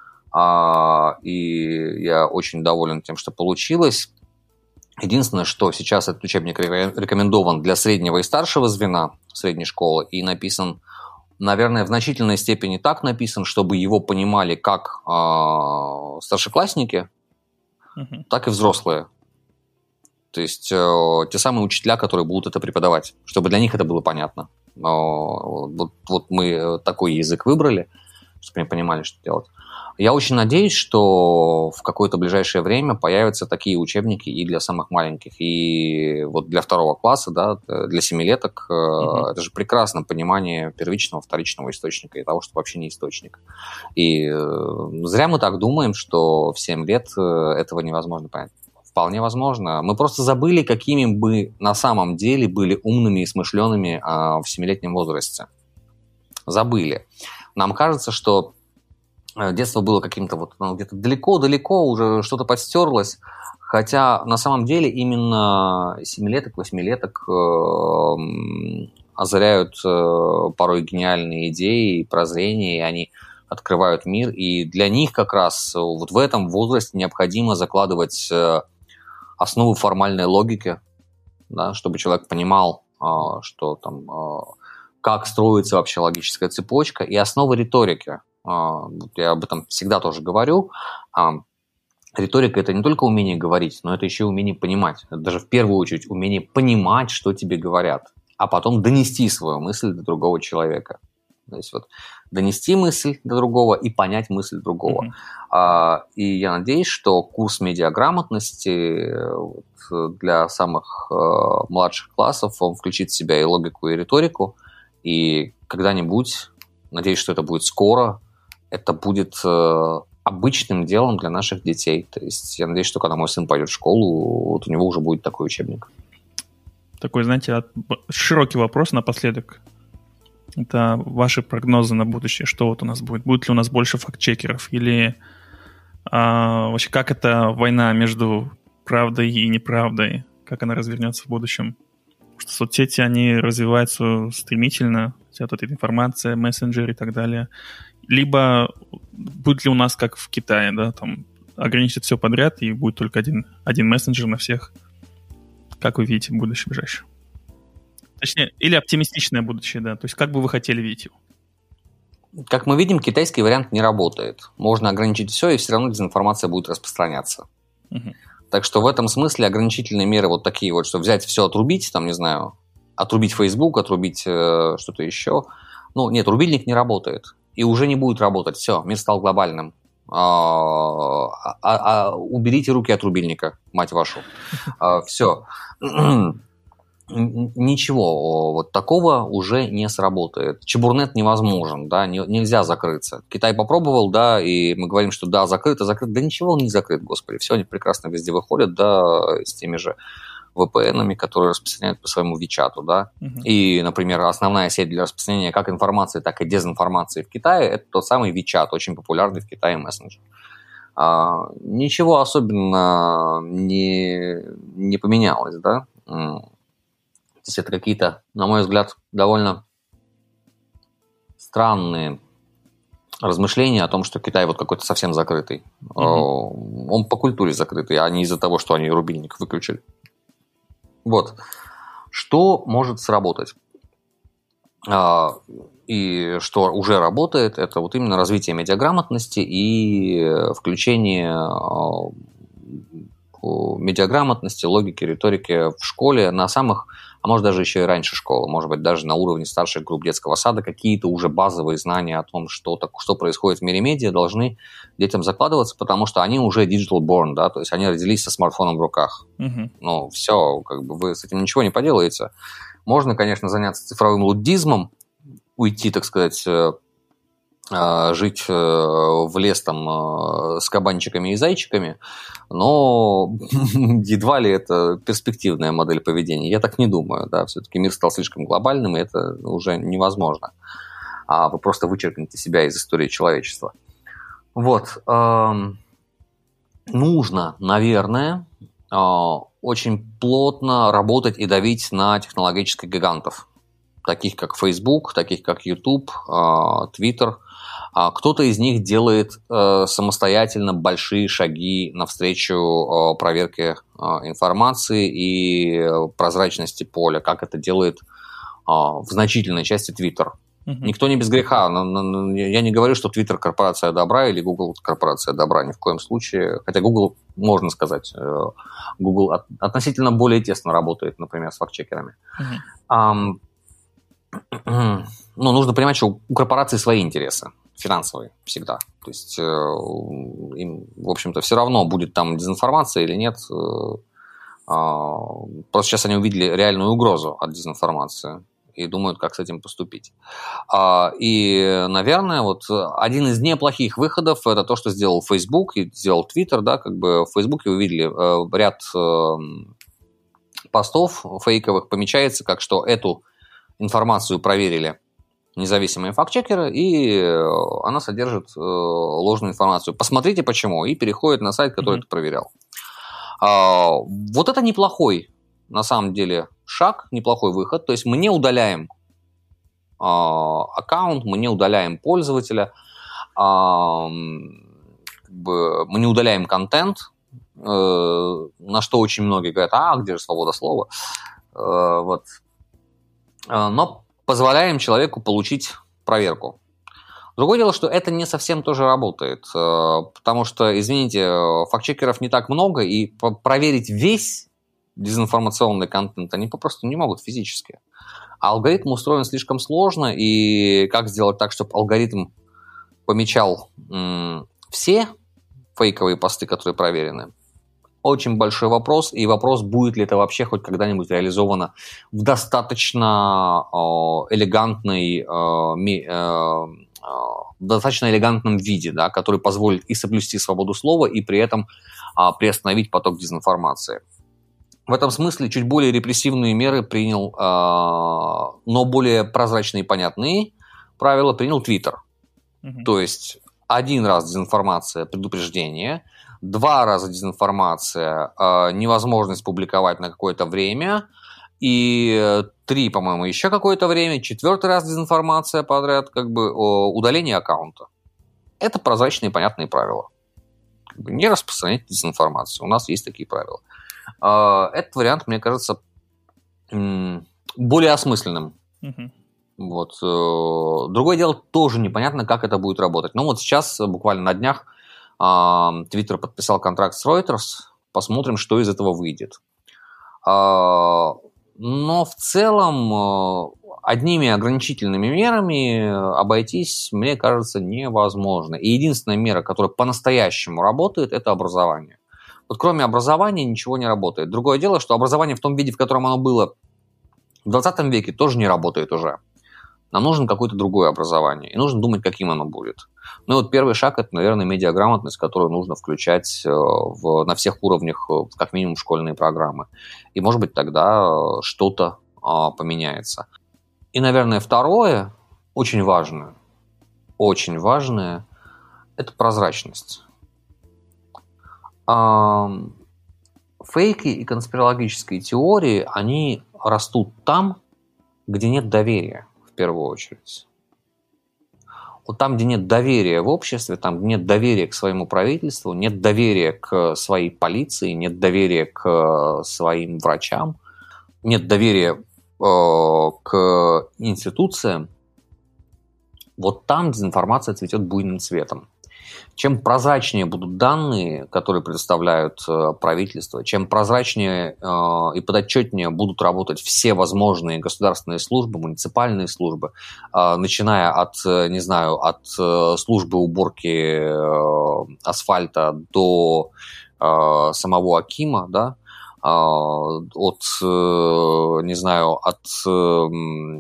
Э, и я очень доволен тем, что получилось. Единственное, что сейчас этот учебник рекомендован для среднего и старшего звена средней школы и написан, наверное, в значительной степени так написан, чтобы его понимали как э, старшеклассники, uh-huh. так и взрослые. То есть э, те самые учителя, которые будут это преподавать, чтобы для них это было понятно. Э, вот, вот мы такой язык выбрали, чтобы они понимали, что делать. Я очень надеюсь, что в какое-то ближайшее время появятся такие учебники и для самых маленьких. И вот для второго класса, да, для семилеток, mm-hmm. это же прекрасное понимание первичного, вторичного источника и того, что вообще не источник. И зря мы так думаем, что в семь лет этого невозможно понять. Вполне возможно. Мы просто забыли, какими бы на самом деле были умными и смышленными в семилетнем возрасте. Забыли. Нам кажется, что детство было каким-то вот ну, где-то далеко-далеко, уже что-то подстерлось. Хотя на самом деле именно семилеток, восьмилеток э, озаряют э, порой гениальные идеи, прозрения, и они открывают мир. И для них как раз вот в этом возрасте необходимо закладывать э, основы формальной логики, да, чтобы человек понимал, э, что там, э, как строится вообще логическая цепочка, и основы риторики. Я об этом всегда тоже говорю. Риторика – это не только умение говорить, но это еще и умение понимать. Это даже в первую очередь умение понимать, что тебе говорят, а потом донести свою мысль до другого человека. То есть вот донести мысль до другого и понять мысль другого. Mm-hmm. И я надеюсь, что курс медиаграмотности для самых младших классов, он включит в себя и логику, и риторику. И когда-нибудь, надеюсь, что это будет скоро, это будет э, обычным делом для наших детей. То есть я надеюсь, что когда мой сын пойдет в школу, вот у него уже будет такой учебник. Такой, знаете, широкий вопрос напоследок. Это ваши прогнозы на будущее. Что вот у нас будет? Будет ли у нас больше фактчекеров? Или а, вообще как эта война между правдой и неправдой? Как она развернется в будущем? Потому что соцсети, они развиваются стремительно. Вся вот эта информация, мессенджеры и так далее. Либо будет ли у нас, как в Китае, да, там ограничит все подряд и будет только один, один мессенджер на всех. Как вы видите будущее ближайшее? Точнее, или оптимистичное будущее, да. То есть как бы вы хотели видеть его? Как мы видим, китайский вариант не работает. Можно ограничить все, и все равно дезинформация будет распространяться. Угу. Так что в этом смысле ограничительные меры вот такие вот, что взять все, отрубить, там, не знаю, отрубить Facebook, отрубить э, что-то еще. Ну, нет, рубильник не работает. И уже не будет работать. Все, мир стал глобальным. А, а, а, уберите руки от рубильника, мать вашу. А, все. Ничего вот такого уже не сработает. Чебурнет невозможен, да, не, нельзя закрыться. Китай попробовал, да, и мы говорим, что да, закрыто, закрыто. Да ничего он не закрыт, господи. Все, они прекрасно везде выходят, да, с теми же ви пи эн-ами, которые распространяют по своему Вичату, да. Uh-huh. И, например, основная сеть для распространения как информации, так и дезинформации в Китае – это тот самый Вичат, очень популярный в Китае мессенджер. А, ничего особенно не, не поменялось, да. Здесь это какие-то, на мой взгляд, довольно странные размышления о том, что Китай вот какой-то совсем закрытый. Uh-huh. Он по культуре закрытый, а не из-за того, что они рубильник выключили. Вот. Что может сработать? А, и что уже работает, это вот именно развитие медиаграмотности и включение медиаграмотности, логики, риторики в школе на самых а может даже еще и раньше школы, может быть даже на уровне старших групп детского сада какие-то уже базовые знания о том, что, так, что происходит в мире медиа, должны детям закладываться, потому что они уже digital born, да, то есть они родились со смартфоном в руках. Uh-huh. Ну, все, как бы вы с этим ничего не поделаете. Можно, конечно, заняться цифровым луддизмом, уйти, так сказать, жить в лес там с кабанчиками и зайчиками, но едва ли это перспективная модель поведения. Я так не думаю, да, все-таки мир стал слишком глобальным, и это уже невозможно. А вы просто вычеркнете себя из истории человечества. Вот. Нужно, наверное, очень плотно работать и давить на технологических гигантов, таких как Facebook, таких как YouTube, Twitter. Кто-то из них делает самостоятельно большие шаги навстречу проверке информации и прозрачности поля, как это делает в значительной части Twitter. Uh-huh. Никто не без греха. Я не говорю, что Twitter корпорация добра или Google корпорация добра, ни в коем случае. Хотя Google, можно сказать, Google относительно более тесно работает, например, с фактчекерами. Uh-huh. Um, ну, нужно понимать, что у корпорации свои интересы, финансовые всегда. То есть им, в общем-то, все равно, будет там дезинформация или нет. Просто сейчас они увидели реальную угрозу от дезинформации и думают, как с этим поступить. И, наверное, вот один из неплохих выходов – это то, что сделал Facebook и сделал Twitter. Да, как бы в Facebook вы видели ряд постов фейковых, помечается, как что эту информацию проверили независимые фактчекеры, и она содержит ложную информацию. Посмотрите, почему, и переходит на сайт, который mm-hmm. это проверял. Вот это неплохой, на самом деле, шаг, неплохой выход. То есть мы не удаляем э, аккаунт, мы не удаляем пользователя, э, как бы мы не удаляем контент, э, на что очень многие говорят, а где же свобода слова? Э, вот. э, но позволяем человеку получить проверку. Другое дело, что это не совсем тоже работает, э, потому что, извините, фактчекеров не так много, и проверить весь дезинформационный контент они попросту не могут физически. А алгоритм устроен слишком сложно, и как сделать так, чтобы алгоритм помечал м, все фейковые посты, которые проверены, очень большой вопрос, и вопрос, будет ли это вообще хоть когда-нибудь реализовано в достаточно э, элегантной, э, ми, э, в достаточно элегантном виде, да, который позволит и соблюсти свободу слова, и при этом э, приостановить поток дезинформации. В этом смысле чуть более репрессивные меры принял, э, но более прозрачные и понятные правила принял Twitter. Mm-hmm. То есть один раз дезинформация, предупреждение, два раза дезинформация, э, невозможность публиковать на какое-то время, и три, по-моему, еще какое-то время, четвертый раз дезинформация подряд, как бы удаление аккаунта. Это прозрачные и понятные правила. Как бы не распространять дезинформацию. У нас есть такие правила. Этот вариант, мне кажется, более осмысленным. Uh-huh. Вот. Другое дело, тоже непонятно, как это будет работать. Ну вот сейчас, буквально на днях, Twitter подписал контракт с Reuters. Посмотрим, что из этого выйдет. Но в целом одними ограничительными мерами обойтись, мне кажется, невозможно. И единственная мера, которая по-настоящему работает, это образование. Вот кроме образования ничего не работает. Другое дело, что образование в том виде, в котором оно было в двадцатом веке, тоже не работает уже. Нам нужно какое-то другое образование. И нужно думать, каким оно будет. Ну и вот первый шаг – это, наверное, медиаграмотность, которую нужно включать в, на всех уровнях, как минимум, в школьные программы. И, может быть, тогда что-то а, поменяется. И, наверное, второе, очень важное, очень важное – это прозрачность. А, фейки и конспирологические теории, они растут там, где нет доверия, в первую очередь. Вот там, где нет доверия в обществе, там, где нет доверия к своему правительству, нет доверия к своей полиции, нет доверия к своим врачам, нет доверия э, к институциям, вот там дезинформация цветет буйным цветом. чем прозрачнее будут данные, которые предоставляют э, правительство, чем прозрачнее э, и подотчетнее будут работать все возможные государственные службы, муниципальные службы, э, начиная от, э, не знаю, от э, службы уборки э, асфальта до э, самого акима, да, э, от, э, не знаю, от э,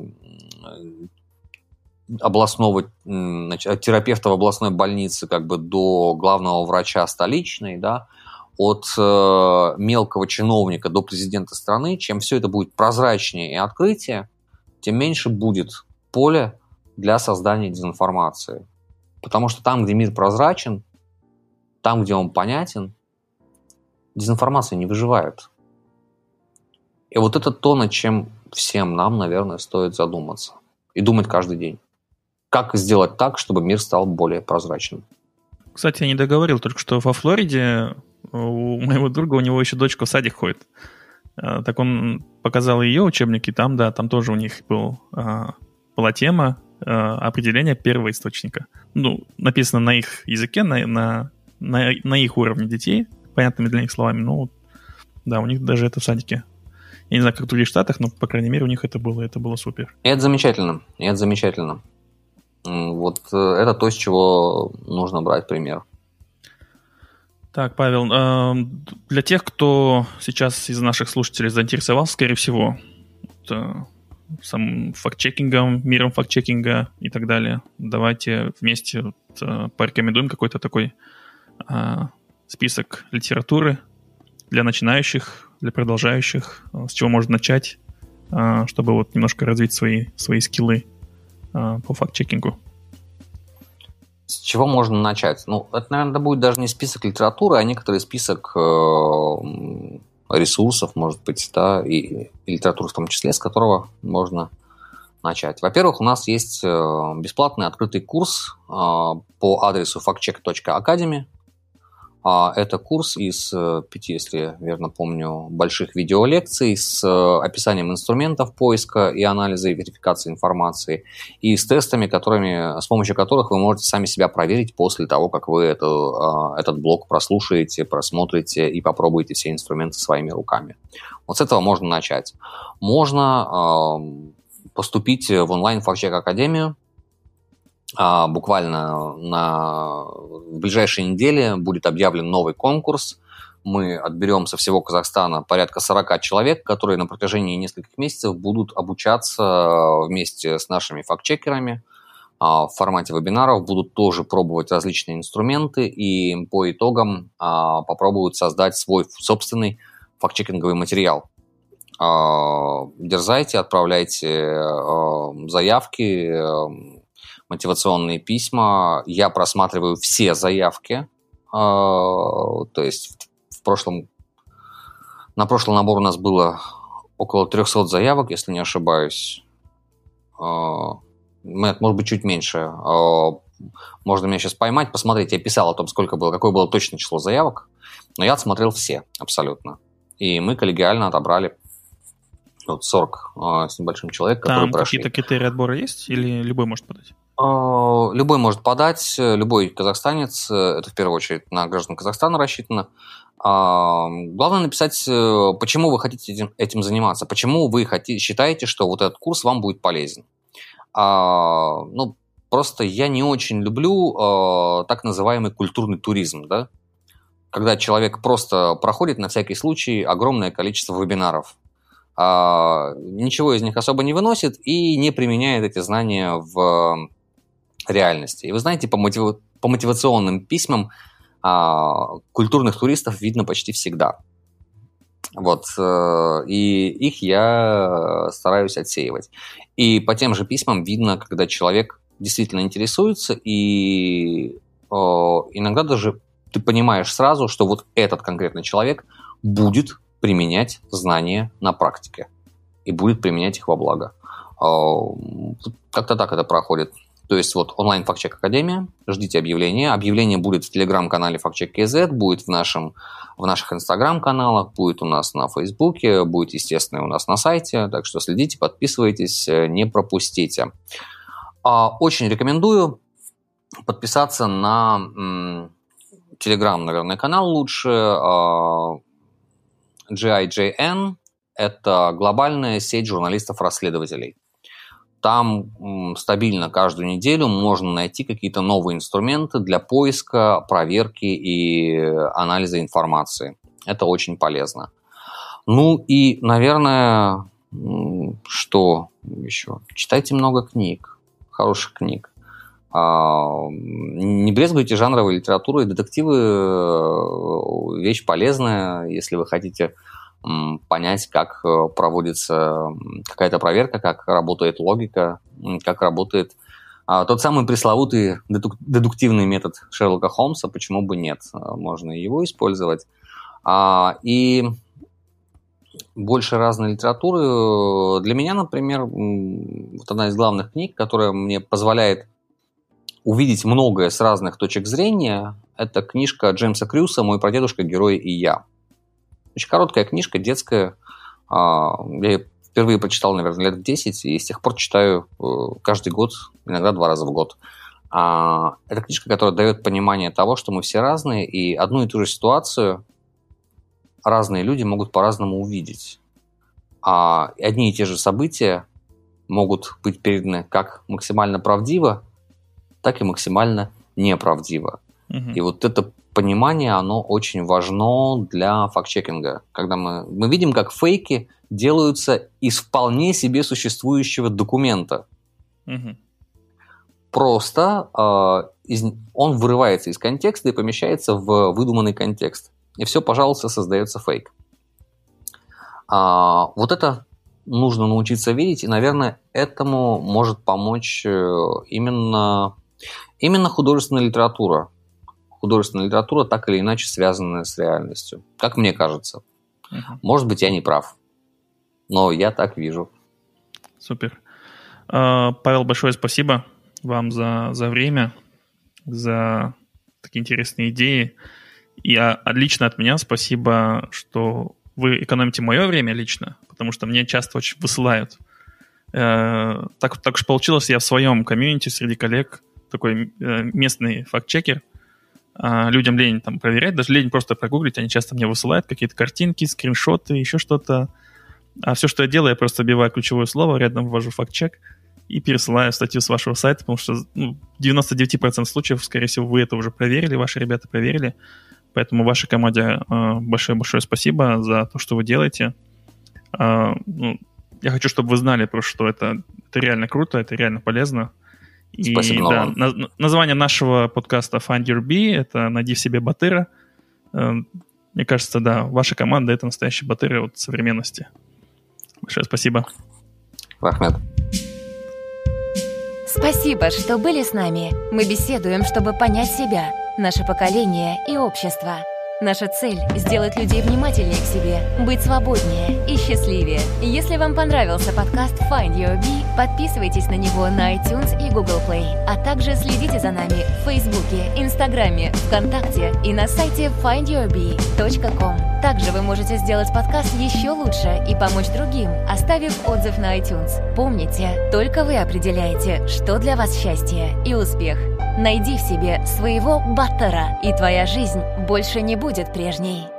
областного, значит, от терапевта в областной больнице как бы до главного врача столичной, да, от э, мелкого чиновника до президента страны, чем все это будет прозрачнее и открытие, тем меньше будет поля для создания дезинформации. Потому что там, где мир прозрачен, там, где он понятен, дезинформация не выживает. И вот это то, над чем всем нам, наверное, стоит задуматься. И думать каждый день. Как сделать так, чтобы мир стал более прозрачным. Кстати, я не договорил, только что во Флориде у моего друга, у него еще дочка в садик ходит. Так он показал ее учебники, там, да, там тоже у них был, была тема определения первого источника. Ну, написано на их языке, на, на, на, на их уровне детей, понятными для них словами. Ну, да, у них даже это в садике. Я не знаю, как в других штатах, но, по крайней мере, у них это было, это было супер. И это замечательно, и это замечательно. Вот это то, с чего нужно брать пример. Так, Павел, для тех, кто сейчас из наших слушателей заинтересовался, скорее всего, самым факт-чекингом, миром факт-чекинга и так далее, давайте вместе порекомендуем какой-то такой список литературы для начинающих, для продолжающих, с чего можно начать, чтобы вот немножко развить свои, свои скиллы по факт-чекингу. С чего можно начать? Ну, это, наверное, будет даже не список литературы, а некоторый список э, ресурсов, может быть, да, и, и литературы в том числе, с которого можно начать. Во-первых, у нас есть э, бесплатный открытый курс э, по адресу фактчек точка академи. Это курс из пяти, если я верно помню, больших видеолекций с описанием инструментов поиска и анализа и верификации информации и с тестами, которыми, с помощью которых вы можете сами себя проверить после того, как вы это, этот блок прослушаете, просмотрите и попробуете все инструменты своими руками. Вот с этого можно начать. Можно поступить в онлайн-фактчек академию. А, буквально на, в ближайшие недели будет объявлен новый конкурс. Мы отберем со всего Казахстана порядка сорок человек, которые на протяжении нескольких месяцев будут обучаться вместе с нашими фактчекерами а, в формате вебинаров, будут тоже пробовать различные инструменты и по итогам а, попробуют создать свой собственный фактчекинговый материал. А, дерзайте, отправляйте а, заявки, а, мотивационные письма. Я просматриваю все заявки. То есть в прошлом, на прошлый набор у нас было около триста заявок, если не ошибаюсь. Может быть, чуть меньше. Можно меня сейчас поймать, посмотреть. Я писал о том, сколько было, какое было точное число заявок. Но я отсмотрел все абсолютно. И мы коллегиально отобрали вот сорок с небольшим человек, которые Там прошли. Какие-то критерии отбора есть или любой может подать? Любой может подать, любой казахстанец, это в первую очередь на граждан Казахстана рассчитано. Главное написать, почему вы хотите этим, этим заниматься, почему вы хотите, считаете, что вот этот курс вам будет полезен. Ну, просто я не очень люблю так называемый культурный туризм, да? Когда человек просто проходит на всякий случай огромное количество вебинаров, ничего из них особо не выносит и не применяет эти знания в реальности. И вы знаете, по, мотив... по мотивационным письмам а, культурных туристов видно почти всегда. Вот. И их я стараюсь отсеивать. И по тем же письмам видно, когда человек действительно интересуется, и о, иногда даже ты понимаешь сразу, что вот этот конкретный человек будет применять знания на практике и будет применять их во благо. О, как-то так это проходит. То есть вот онлайн фактчек академия, ждите объявления. Объявление будет в телеграм-канале фактчек точка кей зет, будет в, нашем, в наших инстаграм-каналах, будет у нас на фейсбуке, будет, естественно, у нас на сайте. Так что следите, подписывайтесь, не пропустите. Очень рекомендую. подписаться на Telegram, наверное, канал лучше. джи ай джей эн – это глобальная сеть журналистов-расследователей. Там м, стабильно каждую неделю можно найти какие-то новые инструменты для поиска, проверки и анализа информации. Это очень полезно. Ну и, наверное, что еще? Читайте много книг, хороших книг. Не брезгуйте жанровой литературой. Детективы – вещь полезная, если вы хотите понять, как проводится какая-то проверка, как работает логика, как работает тот самый пресловутый дедуктивный метод Шерлока Холмса. Почему бы нет? Можно его использовать. И больше разной литературы. Для меня, например, вот одна из главных книг, которая мне позволяет увидеть многое с разных точек зрения, это книжка Джеймса Крюса «Мой прадедушка, герой и я». Очень короткая книжка, детская. Я ее впервые прочитал, наверное, лет в десять, и с тех пор читаю каждый год, иногда два раза в год. Это книжка, которая дает понимание того, что мы все разные, и одну и ту же ситуацию разные люди могут по-разному увидеть. А одни и те же события могут быть переданы как максимально правдиво, так и максимально неправдиво. Uh-huh. И вот это понимание, оно очень важно для факт-чекинга. Когда мы, мы видим, как фейки делаются из вполне себе существующего документа. Uh-huh. Просто э, из, он вырывается из контекста и помещается в выдуманный контекст. И все, пожалуйста, создается фейк. А, вот это нужно научиться видеть, и, наверное, этому может помочь именно, именно художественная литература. Художественная литература, так или иначе связанная с реальностью. Как мне кажется. Uh-huh. Может быть, я не прав, но я так вижу. Супер. Uh, Павел, большое спасибо вам за, за время, за такие интересные идеи. И а, лично от меня спасибо, что вы экономите мое время лично, потому что мне часто очень высылают. Э, так, так уж получилось, я в своем комьюнити среди коллег такой э, местный факт-чекер. Э, людям лень там проверять, даже лень просто прогуглить, они часто мне высылают какие-то картинки, скриншоты, еще что-то. А все, что я делаю, я просто вбиваю ключевое слово, рядом ввожу факт-чек и пересылаю статью с вашего сайта, потому что ну, в девяносто девять процентов случаев, скорее всего, вы это уже проверили, ваши ребята проверили. Поэтому вашей команде большое-большое спасибо за то, что вы делаете. Э, ну, я хочу, чтобы вы знали, просто, что это, это реально круто, это реально полезно. И, спасибо, да, на, название нашего подкаста Find Your Bee — это «Найди в себе батыра». Э, мне кажется, да, ваша команда — это настоящий батыр от современности. Большое спасибо. Ахмед. Спасибо, что были с нами. Мы беседуем, чтобы понять себя, наше поколение и общество. Наша цель – сделать людей внимательнее к себе, быть свободнее и счастливее. Если вам понравился подкаст Find Your Bee, подписывайтесь на него на iTunes и Google Play, а также следите за нами в Фейсбуке, Инстаграме, ВКонтакте и на сайте файнд юр би точка ком. Также вы можете сделать подкаст еще лучше и помочь другим, оставив отзыв на iTunes. Помните, только вы определяете, что для вас счастье и успех. Найди в себе своего баттера, и твоя жизнь больше не будет прежней.